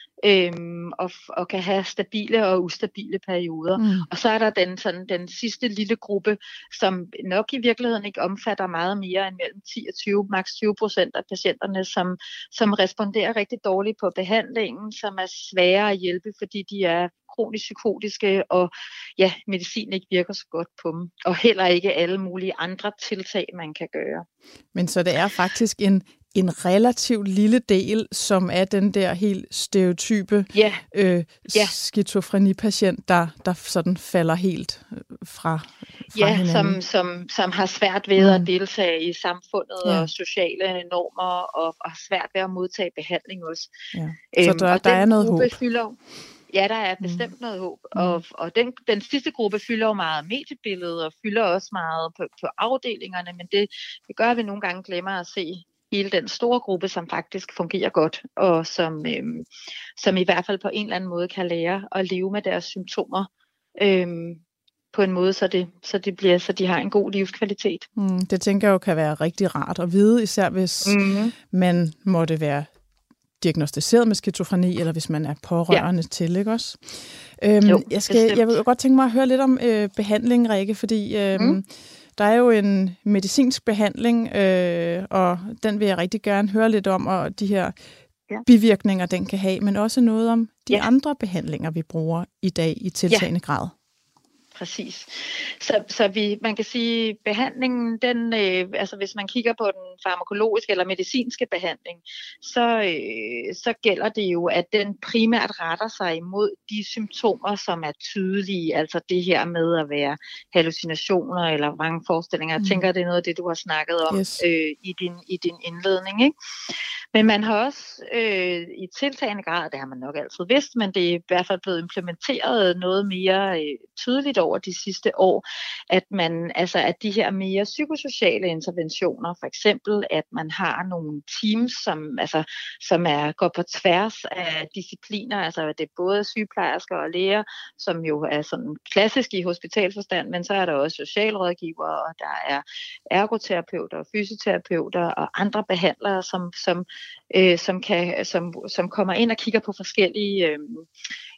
øhm, og, og kan have stabile og ustabile perioder. Mm. Og så er der den, sådan, den sidste lille gruppe, som nok i virkeligheden ikke omfatter meget mere end mellem ti og tyve, maks tyve procent af patienterne, som, som responderer rigtig dårligt på behandlingen, som er svære at hjælpe, fordi de er kronisk psykotiske, og ja, medicin ikke virker så godt på dem. Og heller ikke alle mulige andre tiltag, man kan gøre. Men så det er faktisk en en relativt lille del, som er den der helt stereotype yeah. øh, yeah. skizofreni-patient, der, der sådan falder helt fra, fra ja, hinanden. Som, som, som har svært ved mm. at deltage i samfundet ja. og sociale normer, og, og har svært ved at modtage behandling også. Ja. Så Øhm, der, der er noget håb. Fylder, ja, der er bestemt mm. noget håb. Og, og den, den sidste gruppe fylder jo meget mediebilledet, og fylder også meget på, på afdelingerne, men det, det gør, at vi nogle gange glemmer at se hele den store gruppe, som faktisk fungerer godt, og som, øhm, som i hvert fald på en eller anden måde kan lære at leve med deres symptomer øhm, på en måde, så, det, så, det bliver, så de har en god livskvalitet. Mm, det tænker jeg jo kan være rigtig rart at vide, især hvis mm-hmm. man måtte være diagnosticeret med skizofreni, eller hvis man er pårørende ja. til, ikke også? Øhm, jo, jeg, skal, jeg vil godt tænke mig at høre lidt om øh, behandling, Rikke, fordi øhm, mm. der er jo en medicinsk behandling, øh, og den vil jeg rigtig gerne høre lidt om, og de her ja. bivirkninger, den kan have, men også noget om de ja. andre behandlinger, vi bruger i dag i tiltagende ja. grad. Præcis. Så, så vi, man kan sige, behandlingen, den, øh, altså hvis man kigger på den farmakologiske eller medicinske behandling, så, øh, så gælder det jo, at den primært retter sig imod de symptomer, som er tydelige, altså det her med at være hallucinationer eller vrangforestillinger. Jeg tænker, det er noget af det, du har snakket om yes. øh, i, din, i din indledning, ikke? Men man har også øh, i tiltagende grad, det har man nok altid vidst, men det er i hvert fald blevet implementeret noget mere øh, tydeligt over de sidste år, at man, altså at de her mere psykosociale interventioner, for eksempel at man har nogle teams, som, altså, som er, går på tværs af discipliner, altså det er både sygeplejersker og læger, som jo er sådan klassiske i hospitalforstand, men så er der også socialrådgivere, og der er ergoterapeuter og fysioterapeuter og andre behandlere, som, som, øh, som, kan, som, som kommer ind og kigger på forskellige øh,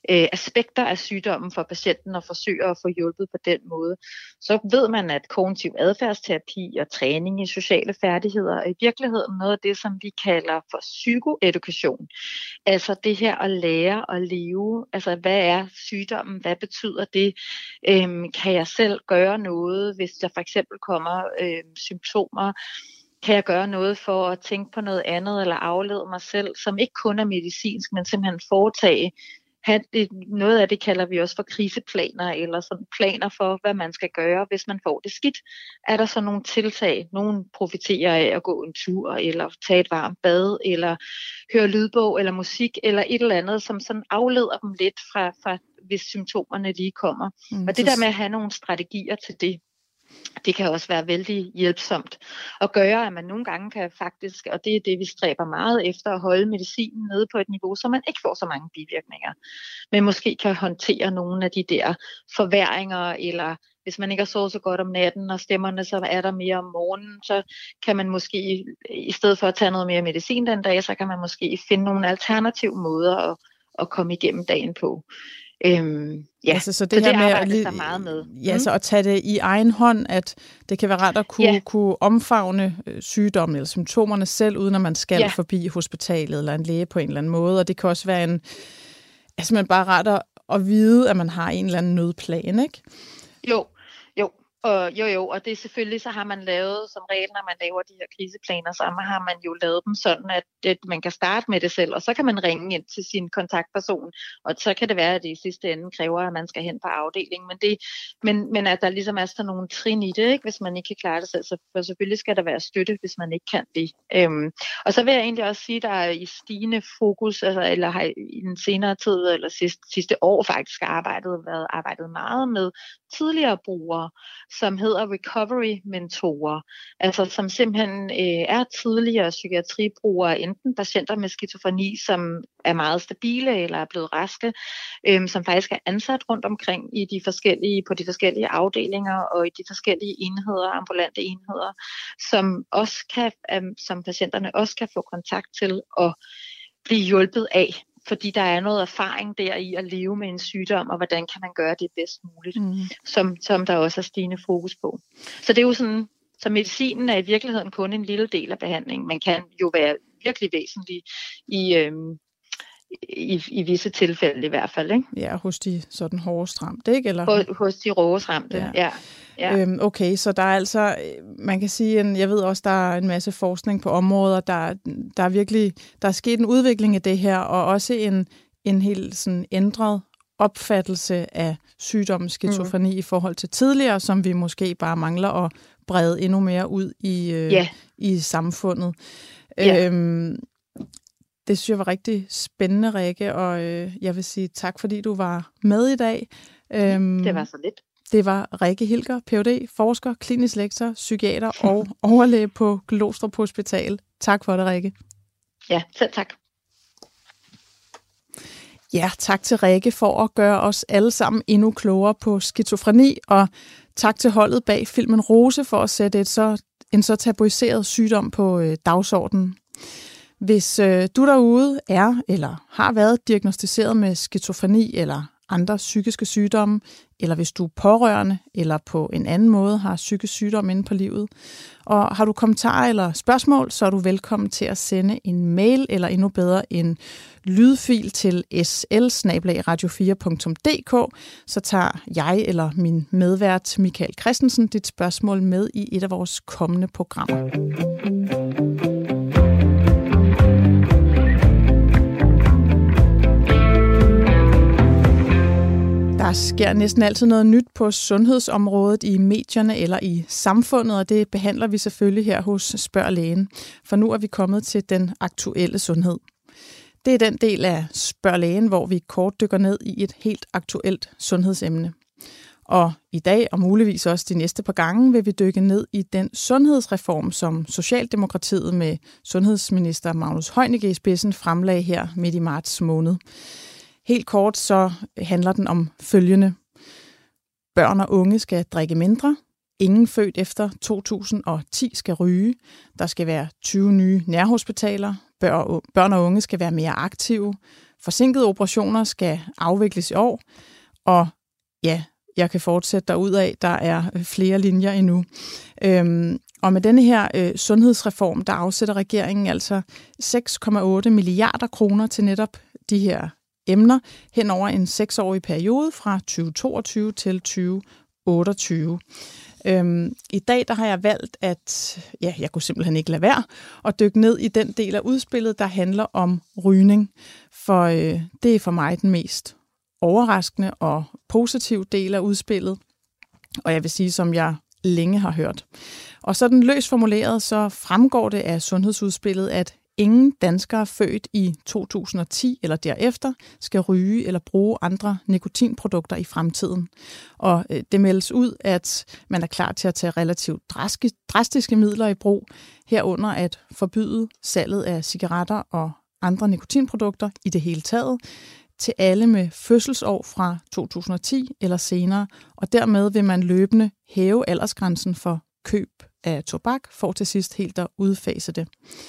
øh, aspekter af sygdommen for patienten og forsøger at få hjulpet på den måde. Så ved man, at kognitiv adfærdsterapi og træning i sociale færdigheder er i virkeligheden noget af det, som vi kalder for psykoedukation. Altså det her at lære at leve. Altså hvad er sygdommen? Hvad betyder det? Øhm, kan jeg selv gøre noget, hvis der for eksempel kommer øh, symptomer? Kan jeg gøre noget for at tænke på noget andet eller aflede mig selv, som ikke kun er medicinsk, men simpelthen foretage? Noget af det kalder vi også for kriseplaner, eller sådan planer for, hvad man skal gøre, hvis man får det skidt. Er der så nogle tiltag? Nogen profiterer af at gå en tur, eller tage et varmt bad, eller høre lydbog, eller musik, eller et eller andet, som sådan afleder dem lidt fra, fra hvis symptomerne lige kommer. Mm, og det der med at have nogle strategier til det, det kan også være vældig hjælpsomt at gøre, at man nogle gange kan faktisk, og det er det, vi stræber meget efter, at holde medicinen nede på et niveau, så man ikke får så mange bivirkninger, men måske kan håndtere nogle af de der forværringer, eller hvis man ikke har sovet så godt om natten, og stemmerne så er der mere om morgenen, så kan man måske, i stedet for at tage noget mere medicin den dag, så kan man måske finde nogle alternative måder at, at komme igennem dagen på. Øhm, ja, altså, så det, så det her med arbejdes der meget med. Ja, mm. så at tage det i egen hånd, at det kan være rart at kunne, ja. kunne omfavne sygdommen eller symptomerne selv, uden at man skal ja. forbi hospitalet eller en læge på en eller anden måde. Og det kan også være en, altså man bare rart at, at vide, at man har en eller anden nødplan, ikke? Jo, jo. Og jo jo, og det er selvfølgelig, så har man lavet, som regel, når man laver de her kriseplaner, så har man jo lavet dem sådan, at det, man kan starte med det selv, og så kan man ringe ind til sin kontaktperson, og så kan det være, at det i sidste ende kræver, at man skal hen på afdelingen, men, det, men, men at der ligesom er sådan nogle trin i det, ikke, hvis man ikke kan klare det selv, så for selvfølgelig skal der være støtte, hvis man ikke kan det. Øhm, og så vil jeg egentlig også sige, at der er i stigende fokus, altså, eller har i den senere tid, eller sidste, sidste år faktisk arbejdet, været arbejdet meget med tidligere brugere, som hedder recovery-mentorer, altså som simpelthen øh, er tidligere psykiatribrugere, enten patienter med skizofreni, som er meget stabile eller er blevet raske, øh, som faktisk er ansat rundt omkring i de forskellige, på de forskellige afdelinger og i de forskellige enheder, ambulante enheder, som også kan, øh, som patienterne også kan få kontakt til at blive hjulpet af. Fordi der er noget erfaring der i at leve med en sygdom, og hvordan kan man gøre det bedst muligt, mm. som, som der også er stigende fokus på. Så det er jo sådan, så medicinen er i virkeligheden kun en lille del af behandlingen. Man kan jo være virkelig væsentlig i, øhm, i, i visse tilfælde i hvert fald, ikke? Ja, hos de sådan hårdest ramte, ikke? Eller? Hos, hos de rådest ramte, ja. ja. Ja. Øhm, okay, så der er altså, man kan sige, en, jeg ved også, der er en masse forskning på områder, der, der er virkelig, der er sket en udvikling af det her, og også en, en helt sådan ændret opfattelse af sygdommen skizofreni mm. i forhold til tidligere, som vi måske bare mangler at brede endnu mere ud i, øh, yeah. i samfundet. Yeah. Øhm, det synes jeg var rigtig spændende, Rikke, og øh, jeg vil sige tak, fordi du var med i dag. Øhm, det var så lidt. Det var Rikke Hilger, P H D, forsker, klinisk lektor, psykiater og overlæge på Glostrup Hospital. Tak for det, Rikke. Ja, selv tak. Ja, tak til Rikke for at gøre os alle sammen endnu klogere på skizofreni, og tak til holdet bag filmen Rose for at sætte et så, en så tabuiseret sygdom på øh, dagsordenen. Hvis øh, du derude er eller har været diagnosticeret med skizofreni eller andre psykiske sygdomme, eller hvis du er pårørende, eller på en anden måde har psykisk sygdom inde på livet. Og har du kommentarer eller spørgsmål, så er du velkommen til at sende en mail, eller endnu bedre en lydfil til s l bindestreg radio fire punktum d k. Så tager jeg eller min medvært Michael Christensen dit spørgsmål med i et af vores kommende programmer. Der sker næsten altid noget nyt på sundhedsområdet i medierne eller i samfundet, og det behandler vi selvfølgelig her hos Spørg Lægen. For nu er vi kommet til den aktuelle sundhed. Det er den del af Spørg Lægen, hvor vi kort dykker ned i et helt aktuelt sundhedsemne. Og i dag, og muligvis også de næste par gange, vil vi dykke ned i den sundhedsreform, som Socialdemokratiet med sundhedsminister Magnus Heunicke i spidsen fremlagde her midt i marts måned. Helt kort så handler den om følgende. Børn og unge skal drikke mindre. Ingen født efter to tusind og ti skal ryge. Der skal være tyve nye nærhospitaler. Børn og unge skal være mere aktive. forsinkede operationer skal afvikles i år, og ja, jeg kan fortsætte derudad, der er flere linjer endnu. Øhm, og med denne her øh, sundhedsreform, der afsætter regeringen altså seks komma otte milliarder kroner til netop de her emner hen over en seksårig periode fra tyve toogtyve til tyve otteogtyve. Øhm, I dag der har jeg valgt, at ja, jeg kunne simpelthen ikke lade være at dykke ned i den del af udspillet, der handler om rygning. For øh, det er for mig den mest overraskende og positive del af udspillet, og jeg vil sige, som jeg længe har hørt. Og sådan løst formuleret, så fremgår det af sundhedsudspillet, at ingen danskere født i to tusind og ti eller derefter skal ryge eller bruge andre nikotinprodukter i fremtiden. Og det meldes ud, at man er klar til at tage relativt drastiske midler i brug, herunder at forbyde salget af cigaretter og andre nikotinprodukter i det hele taget, til alle med fødselsår fra to tusind og ti eller senere, og dermed vil man løbende hæve aldersgrænsen for køb af tobak, for til sidst helt at udfase det.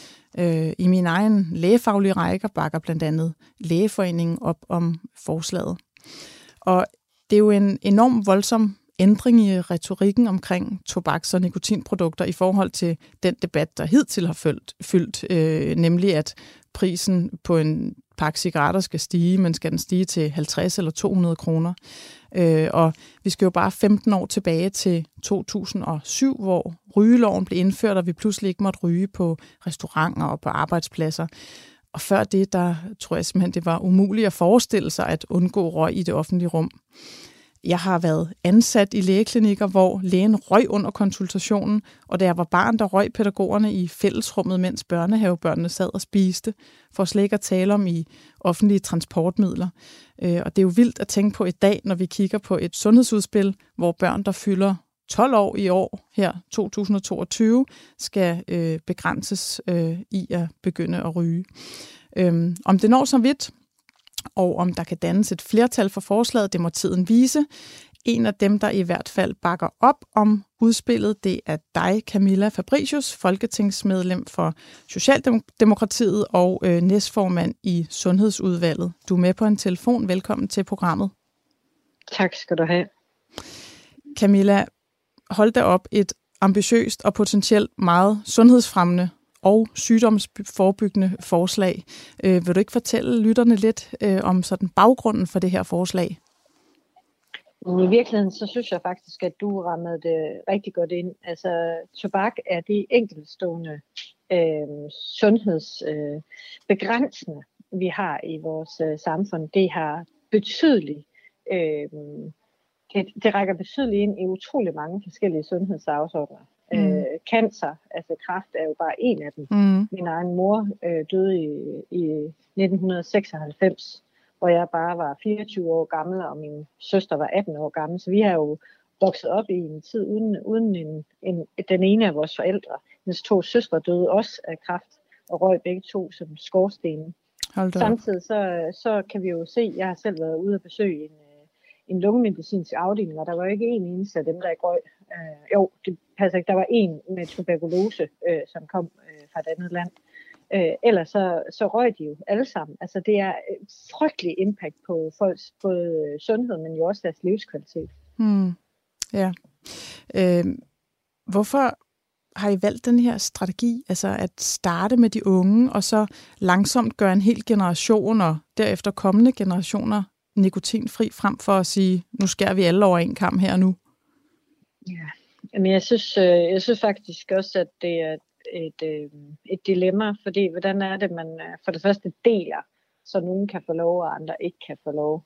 I min egen lægefaglige rækker bakker blandt andet Lægeforeningen op om forslaget. Og det er jo en enorm voldsom ændring i retorikken omkring tobaks- og nikotinprodukter i forhold til den debat, der hidtil har fyldt, fyldt øh, nemlig at prisen på en pakke cigaretter skal stige, men skal den stige til halvtreds eller to hundrede kroner. Øh, og vi skal jo bare femten år tilbage til to tusind og syv, hvor rygeloven blev indført, og vi pludselig ikke måtte ryge på restauranter og på arbejdspladser. Og før det, der tror jeg simpelthen, det var umuligt at forestille sig at undgå røg i det offentlige rum. Jeg har været ansat i lægeklinikker, hvor lægen røg under konsultationen, og da jeg var barn, der røg pædagogerne i fællesrummet, mens børnehavebørnene sad og spiste, for slet ikke at tale om i offentlige transportmidler. Og det er jo vildt at tænke på i dag, når vi kigger på et sundhedsudspil, hvor børn, der fylder tolv år i år, her to tusind og toogtyve, skal øh, begrænses øh, i at begynde at ryge. Øhm, om det når så vidt, og om der kan dannes et flertal for forslaget, det må tiden vise. En af dem, der i hvert fald bakker op om udspillet, det er dig, Camilla Fabricius, folketingsmedlem for Socialdemokratiet og øh, næstformand i Sundhedsudvalget. Du er med på en telefon. Velkommen til programmet. Tak skal du have. Camilla, hold da op, et ambitiøst og potentielt meget sundhedsfremmende og sygdomsforebyggende forslag. Øh, vil du ikke fortælle lytterne lidt øh, om sådan baggrunden for det her forslag? I virkeligheden så synes jeg faktisk, at du rammede det rigtig godt ind. Altså tobak er det enkeltstående øh, sundhedsbegrænsende, øh, vi har i vores øh, samfund. Det har betydeligt, øh, det, det rækker betydeligt ind i utrolig mange forskellige sundhedsdagsordener. Mm. Øh, cancer, altså kræft, er jo bare en af dem. Mm. Min egen mor øh, døde i, i nitten seksoghalvfems, hvor jeg bare var fireogtyve år gammel, og min søster var atten år gammel. Så vi har jo vokset op i en tid uden, uden en, en, den ene af vores forældre. Hendes to søstre døde også af kræft, og røg begge to som skorstene. Samtidig så, så kan vi jo se, jeg har selv været ude at besøge en en lungemedicinsk afdeling, og der var jo ikke en eneste af dem, der ikke røg. Øh, jo, det passer ikke. Der var en med tuberkulose, øh, som kom øh, fra et andet land. Øh, ellers så, så røg de jo alle sammen. Altså det er et frygtelig impact på folks både sundhed, men jo også deres livskvalitet. Hmm. Ja. Øh, hvorfor har I valgt den her strategi, altså at starte med de unge, og så langsomt gøre en hel generation, og derefter kommende generationer nikotinfri, frem for at sige, nu skærer vi alle over en kam her og nu? Ja, men jeg synes, jeg synes faktisk også, at det er et, et, et dilemma, fordi hvordan er det, man for det første deler, så nogen kan få lov, og andre ikke kan få lov.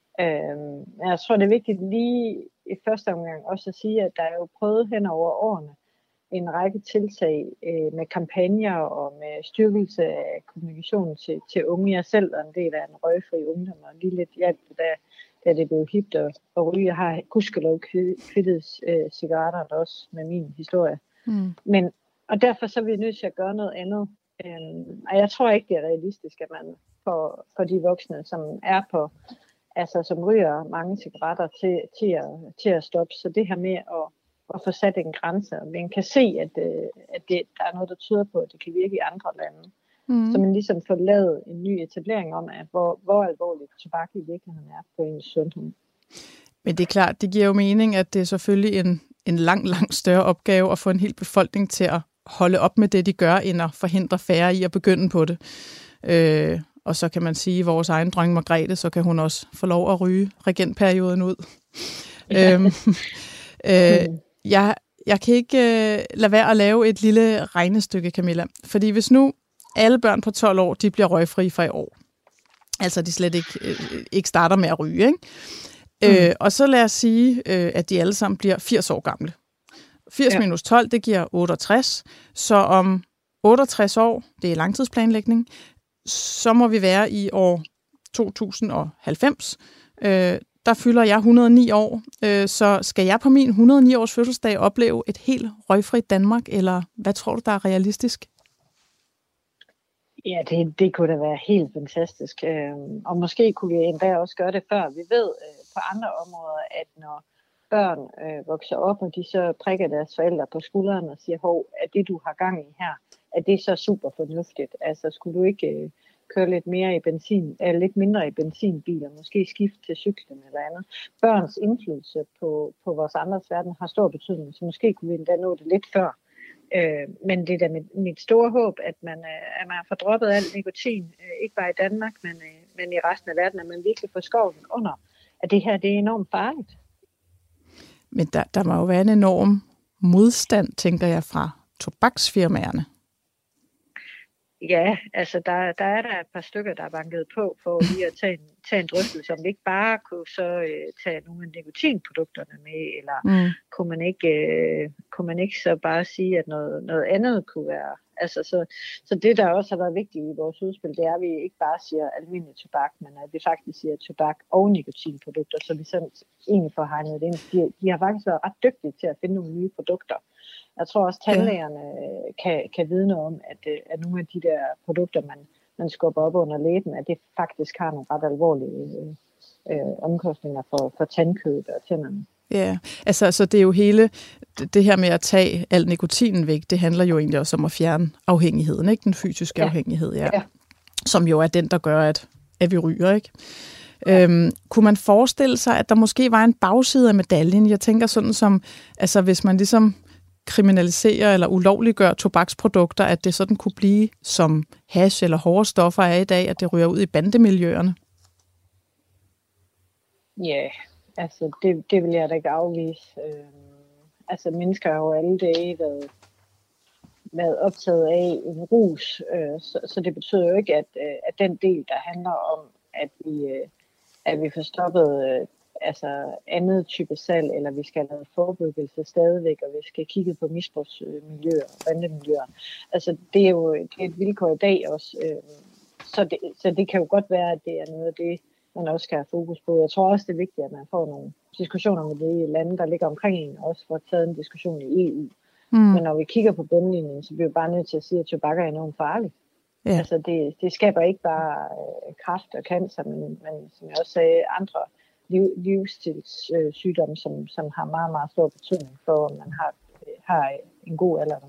Jeg tror, det er vigtigt lige i første omgang også at sige, at der er jo prøvet hen over årene en række tiltag øh, med kampagner og med styrkelse af kommunikation til, til unge. Jeg selv er en del af en røgfri ungdom, og lige lidt hjælp, da, da det blev hipt at, at ryge. Jeg har gudskelov kvittet øh, cigaretter også med min historie. Mm. Men, og derfor så er vi nødt til at gøre noget andet. Øhm, og jeg tror ikke, det er realistisk, at man for, for de voksne, som er på, altså som ryger mange cigaretter til, til, at, til at stoppe. Så det her med at og få sat en grænse. Man kan se, at, at det, der er noget, der tyder på, at det kan virke i andre lande. Mm. Så man ligesom får lavet en ny etablering om, at hvor, hvor alvorligt tobak i virkeligheden er på ens sundhed. Men det er klart, det giver jo mening, at det er selvfølgelig en, en lang, lang større opgave at få en hel befolkning til at holde op med det, de gør, end at forhindre færre i at begynde på det. Øh, og så kan man sige, at vores egen dronning Margrethe, så kan hun også få lov at ryge regentperioden ud. Ja. øhm, øh, jeg, jeg kan ikke øh, lade være at lave et lille regnestykke, Camilla. Fordi hvis nu alle børn på tolv år, de bliver røgfri fra i år, altså de slet ikke, øh, ikke starter med at ryge, ikke? Mm. Øh, og så lad os sige, øh, at de alle sammen bliver firs år gamle. firs ja. minus tolv, det giver otteogtres. Så om otteogtres år, det er langtidsplanlægning, så må vi være i år to tusind og halvfems. Øh, der fylder jeg et hundrede og ni år. Øh, så skal jeg på min et hundrede og ni års fødselsdag opleve et helt røgfrit Danmark, eller hvad tror du, der er realistisk? Ja, det, det kunne da være helt fantastisk. Og måske kunne vi endda også gøre det før. Vi ved på andre områder, at når børn øh, vokser op, og de så prikker deres forældre på skulderen og siger, hov, er det du har gang i her, er det så super fornuftigt? Altså, skulle du ikke øh, køre lidt mere i benzin, eller lidt mindre i benzinbiler, måske skifte til cyklen eller andet? Børns indflydelse på, på vores andres verden har stor betydning, så måske kunne vi endda nå det lidt før. Øh, men det er da mit, mit store håb, at man, øh, at man får droppet alt nikotin, øh, ikke bare i Danmark, men, øh, men i resten af verden, at man virkelig får skoven under, at det her det er enormt farligt. Men der, der må jo være en enorm modstand, tænker jeg, fra tobaksfirmaerne. Ja, altså der, der er der et par stykker, der er banket på for lige at tage en, tage en drøftelse, om vi ikke bare kunne så øh, tage nogle af nikotinprodukterne med, eller mm. kunne, man ikke, øh, kunne man ikke så bare sige, at noget, noget andet kunne være. Altså, så, så det, der også har været vigtigt i vores udspil, det er, at vi ikke bare siger almindelig tobak, men at vi faktisk siger tobak og nikotinprodukter, så vi sådan egentlig får hegnet det ind. De, de har faktisk været ret dygtige til at finde nogle nye produkter. Jeg tror også, at tandlægerne ja. kan, kan vidne om, at, at nogle af de der produkter, man, man skubber op under læben, at det faktisk har nogle ret alvorlige øh, omkostninger for, for tandkødet og tænderne. Ja, altså, altså det er jo hele det her med at tage al nikotinen væk, det handler jo egentlig også om at fjerne afhængigheden, ikke? Den fysiske ja. afhængighed, ja. Ja. Som jo er den, der gør, at, at vi ryger, ikke? Ja. Øhm, kunne man forestille sig, at der måske var en bagside af medaljen? Jeg tænker sådan som, altså hvis man ligesom kriminaliserer eller ulovliggør tobaksprodukter, at det sådan kunne blive som hash eller hårde stoffer er i dag, at det ryger ud i bandemiljøerne? Ja, yeah. Altså, det, det vil jeg da ikke afvise. Øh, altså, mennesker har jo alle dage været, været optaget af en rus, øh, så, så det betyder jo ikke, at, øh, at den del, der handler om, at vi, øh, at vi får stoppet øh, altså andet type salg, eller vi skal have forebyggelse stadigvæk, og vi skal kigge på misbrugsmiljøer og bandemiljøer. Altså, det er jo det er et vilkår i dag også. Øh, så, det, så det kan jo godt være, at det er noget af det, man også skal have fokus på. Jeg tror også, det er vigtigt, at man får nogle diskussioner med de lande, der ligger omkring en, og også får taget en diskussion i E U. Mm. Men når vi kigger på bundlinjen, så bliver vi bare nødt til at sige, at tobak er enormt farligt. Ja. Altså det, det skaber ikke bare øh, kræft og cancer, men, men som jeg også sagde, andre liv, livsstilssygdomme, som, som har meget, meget stor betydning for, om man har, har en god alderdom.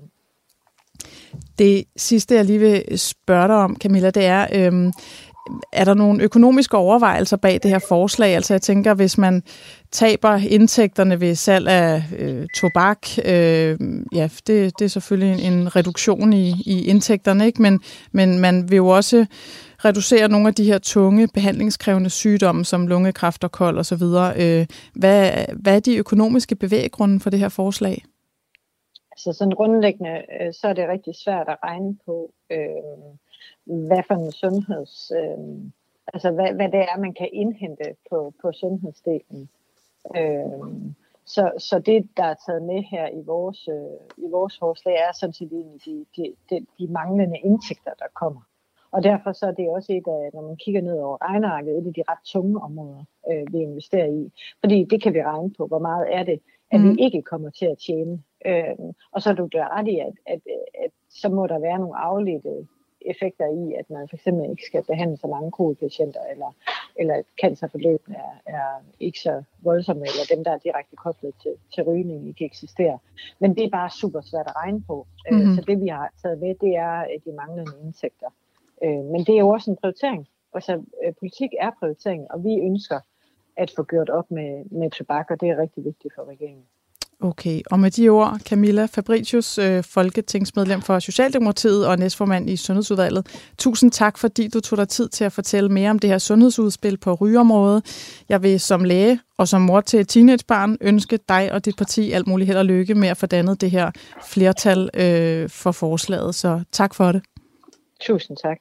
Det sidste, jeg lige vil spørge dig om, Camilla, det er, øhm, er der nogle økonomiske overvejelser bag det her forslag? Altså jeg tænker, hvis man taber indtægterne ved salg af øh, tobak, øh, ja, det, det er selvfølgelig en, en reduktion i, i indtægterne, ikke? Men, men man vil jo også reducere nogle af de her tunge behandlingskrævende sygdomme, som lungekræft og kold osv. Øh, hvad, hvad er de økonomiske bevæggrunde for det her forslag? Altså sådan grundlæggende, øh, så er det rigtig svært at regne på, øh, hvad for en sundheds, øh, altså hvad, hvad det er, man kan indhente på, på sundhedsdelen. Øh, så, så det, der er taget med her i vores, øh, i vores forslag, er sådan set egentlig de, de, de, de manglende indtægter, der kommer. Og derfor så er det også et af, når man kigger ned over regnearket, et af de ret tunge områder, øh, vi investerer i. Fordi det kan vi regne på, hvor meget er det, at mm. vi ikke kommer til at tjene. Øh, og så er du der ret i, at, at, at så må der være nogle afledte effekter i, at man for eksempel ikke skal behandle så mange kol-patienter, eller, eller at cancerforløbene er, er ikke så voldsomme, eller dem, der er direkte koblet til, til rygning, ikke eksisterer. Men det er bare super svært at regne på. Mm-hmm. Så det, vi har taget med, det er de manglende indtægter. Øh, men det er jo også en prioritering. Altså, øh, politik er prioritering, og vi ønsker at få gjort op med, med tobak, og det er rigtig vigtigt for regeringen. Okay, og med de ord, Camilla Fabricius, øh, folketingsmedlem for Socialdemokratiet og næstformand i Sundhedsudvalget. Tusind tak, fordi du tog dig tid til at fortælle mere om det her sundhedsudspil på rygeområdet. Jeg vil som læge og som mor til et teenagebarn ønske dig og dit parti alt muligt held og lykke med at få dannet det her flertal øh, for forslaget. Så tak for det. Tusind tak.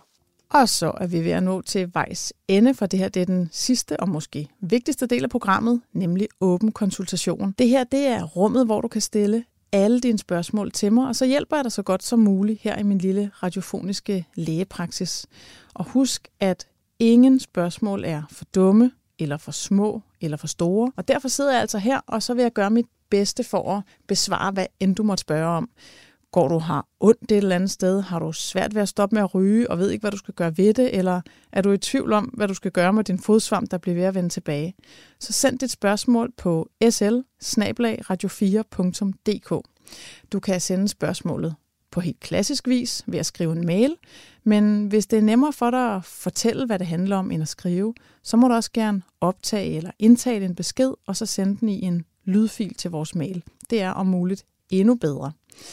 Og så er vi ved at nå til vejs ende, for det her det er den sidste og måske vigtigste del af programmet, nemlig åben konsultation. Det her det er rummet, hvor du kan stille alle dine spørgsmål til mig, og så hjælper jeg dig så godt som muligt her i min lille radiofoniske lægepraksis. Og husk, at ingen spørgsmål er for dumme, eller for små, eller for store. Og derfor sidder jeg altså her, og så vil jeg gøre mit bedste for at besvare, hvad end du måtte spørge om. Går du har ondt et eller andet sted? Har du svært ved at stoppe med at ryge og ved ikke, hvad du skal gøre ved det? Eller er du i tvivl om, hvad du skal gøre med din fodsvamp, der bliver ved at vende tilbage? Så send dit spørgsmål på s l bindestreg radio fire punktum d k. Du kan sende spørgsmålet på helt klassisk vis ved at skrive en mail, men hvis det er nemmere for dig at fortælle, hvad det handler om, end at skrive, så må du også gerne optage eller indtale en besked, og så sende den i en lydfil til vores mail. Det er om muligt endnu bedre.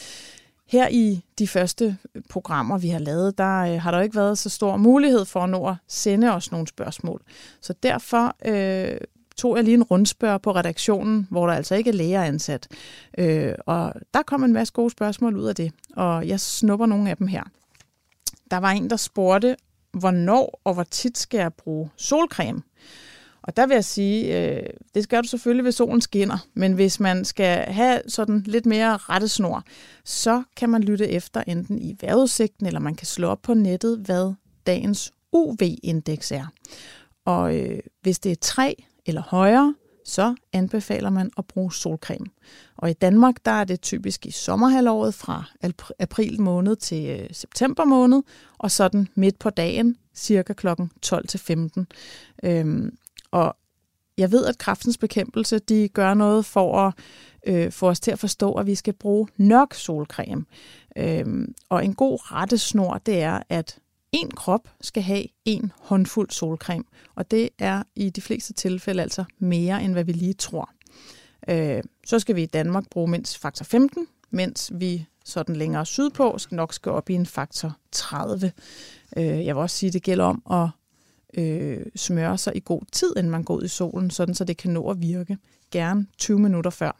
Her i de første programmer, vi har lavet, der øh, har der ikke været så stor mulighed for at nå at sende os nogle spørgsmål. Så derfor øh, tog jeg lige en rundspørg på redaktionen, hvor der altså ikke er læger ansat. Øh, og der kom en masse gode spørgsmål ud af det, og jeg snupper nogle af dem her. Der var en, der spurgte, hvornår og hvor tit skal jeg bruge solcreme? Og der vil jeg sige, øh, det skal du selvfølgelig, hvis solen skinner, men hvis man skal have sådan lidt mere rettesnor, så kan man lytte efter enten i vejrudsigten, eller man kan slå op på nettet, hvad dagens U V-indeks er. Og øh, hvis det er tre eller højere, så anbefaler man at bruge solcreme. Og i Danmark, der er det typisk i sommerhalvåret fra april måned til øh, september måned, og sådan midt på dagen, cirka klokken tolv til femten. Øhm, Og jeg ved, at Kræftens Bekæmpelse de gør noget for at øh, få os til at forstå, at vi skal bruge nok solcreme. Øhm, og en god rettesnor, det er, at en krop skal have en håndfuld solcreme. Og det er i de fleste tilfælde altså mere, end hvad vi lige tror. Øh, så skal vi i Danmark bruge mindst faktor femten, mens vi sådan længere sydpå skal nok skal op i en faktor tredive. Øh, jeg vil også sige, at det gælder om at Øh, smøre sig i god tid, inden man går ud i solen, sådan så det kan nå at virke. Gerne tyve minutter før.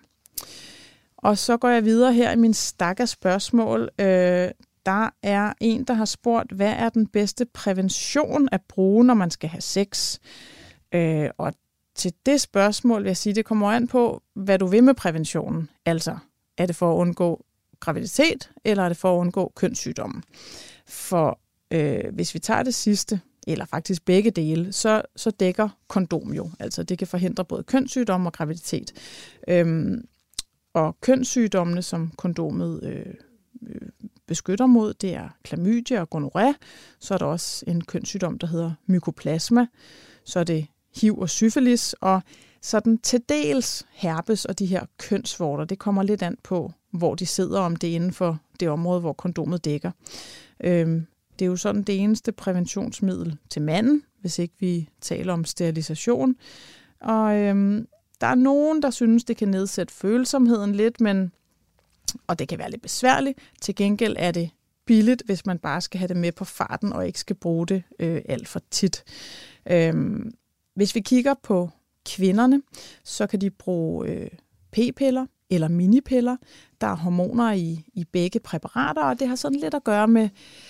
Og så går jeg videre her i min stak af spørgsmål. Øh, der er en, der har spurgt, hvad er den bedste prævention at bruge, når man skal have sex? Øh, og til det spørgsmål vil jeg sige, det kommer an på, hvad du vil med præventionen. Altså, er det for at undgå graviditet, eller er det for at undgå kønssygdomme? For øh, hvis vi tager det sidste, eller faktisk begge dele, så, så dækker kondom jo. Altså det kan forhindre både kønssygdomme og graviditet. Øhm, og kønssygdommene, som kondomet øh, beskytter mod, det er klamydia og gonorrhea. Så er der også en kønssygdom, der hedder mykoplasma. Så er det H I V og syfilis. Og sådan til dels herpes og de her kønsvorter, det kommer lidt an på, hvor de sidder, om det er inden for det område, hvor kondomet dækker. Øhm, Det er jo sådan det eneste præventionsmiddel til manden, hvis ikke vi taler om sterilisation. Og øhm, der er nogen, der synes, det kan nedsætte følsomheden lidt, men, og det kan være lidt besværligt. Til gengæld er det billigt, hvis man bare skal have det med på farten og ikke skal bruge det øh, alt for tit. Øhm, hvis vi kigger på kvinderne, så kan de bruge øh, p-piller eller minipiller. Der er hormoner i, i begge præparater, og det har sådan lidt at gøre med,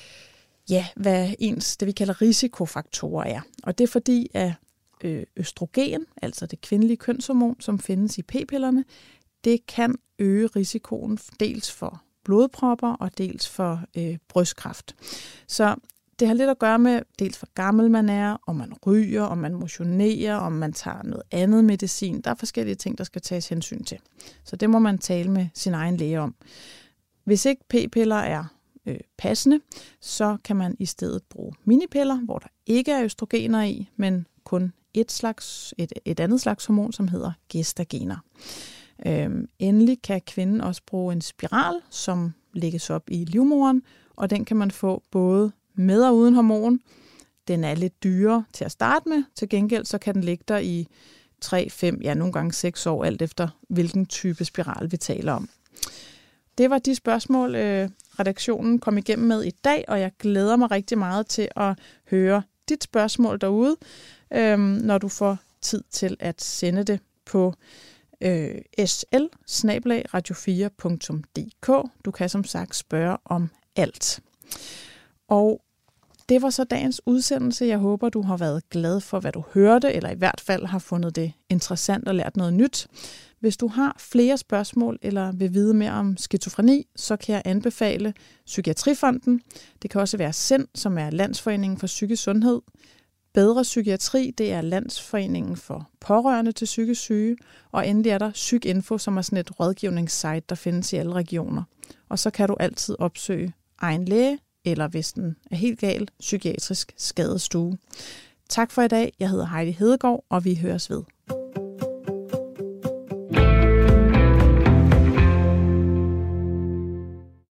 ja, hvad ens, det vi kalder risikofaktorer er. Og det er fordi, at øh, østrogen, altså det kvindelige kønshormon, som findes i p-pillerne, det kan øge risikoen dels for blodpropper og dels for øh, brystkræft. Så det har lidt at gøre med dels hvor gammel man er, om man ryger, om man motionerer, om man tager noget andet medicin. Der er forskellige ting, der skal tages hensyn til. Så det må man tale med sin egen læge om. Hvis ikke p-piller er øh, passende, så kan man i stedet bruge minipiller, hvor der ikke er østrogener i, men kun et, slags, et, et andet slags hormon, som hedder gestagener. Øhm, endelig kan kvinden også bruge en spiral, som lægges op i livmoderen, og den kan man få både med og uden hormon. Den er lidt dyrere til at starte med. Til gengæld så kan den ligge der i tre, fem, ja nogle gange seks år, alt efter hvilken type spiral vi taler om. Det var de spørgsmål, øh, redaktionen kom igennem med i dag, og jeg glæder mig rigtig meget til at høre dit spørgsmål derude, øh, når du får tid til at sende det på øh, s l bindestreg radio fire punktum d k. Du kan som sagt spørge om alt. Og det var så dagens udsendelse. Jeg håber, du har været glad for, hvad du hørte, eller i hvert fald har fundet det interessant og lært noget nyt. Hvis du har flere spørgsmål eller vil vide mere om skizofreni, så kan jeg anbefale Psykiatrifonden. Det kan også være SIND, som er Landsforeningen for Psykisk Sundhed. Bedre Psykiatri, det er Landsforeningen for Pårørende til Psykisk Syge. Og endelig er der PsykInfo, som er sådan et rådgivningssite, der findes i alle regioner. Og så kan du altid opsøge egen læge, eller hvis den er helt gal, psykiatrisk skadestue. Tak for i dag. Jeg hedder Heidi Hedegaard, og vi høres ved.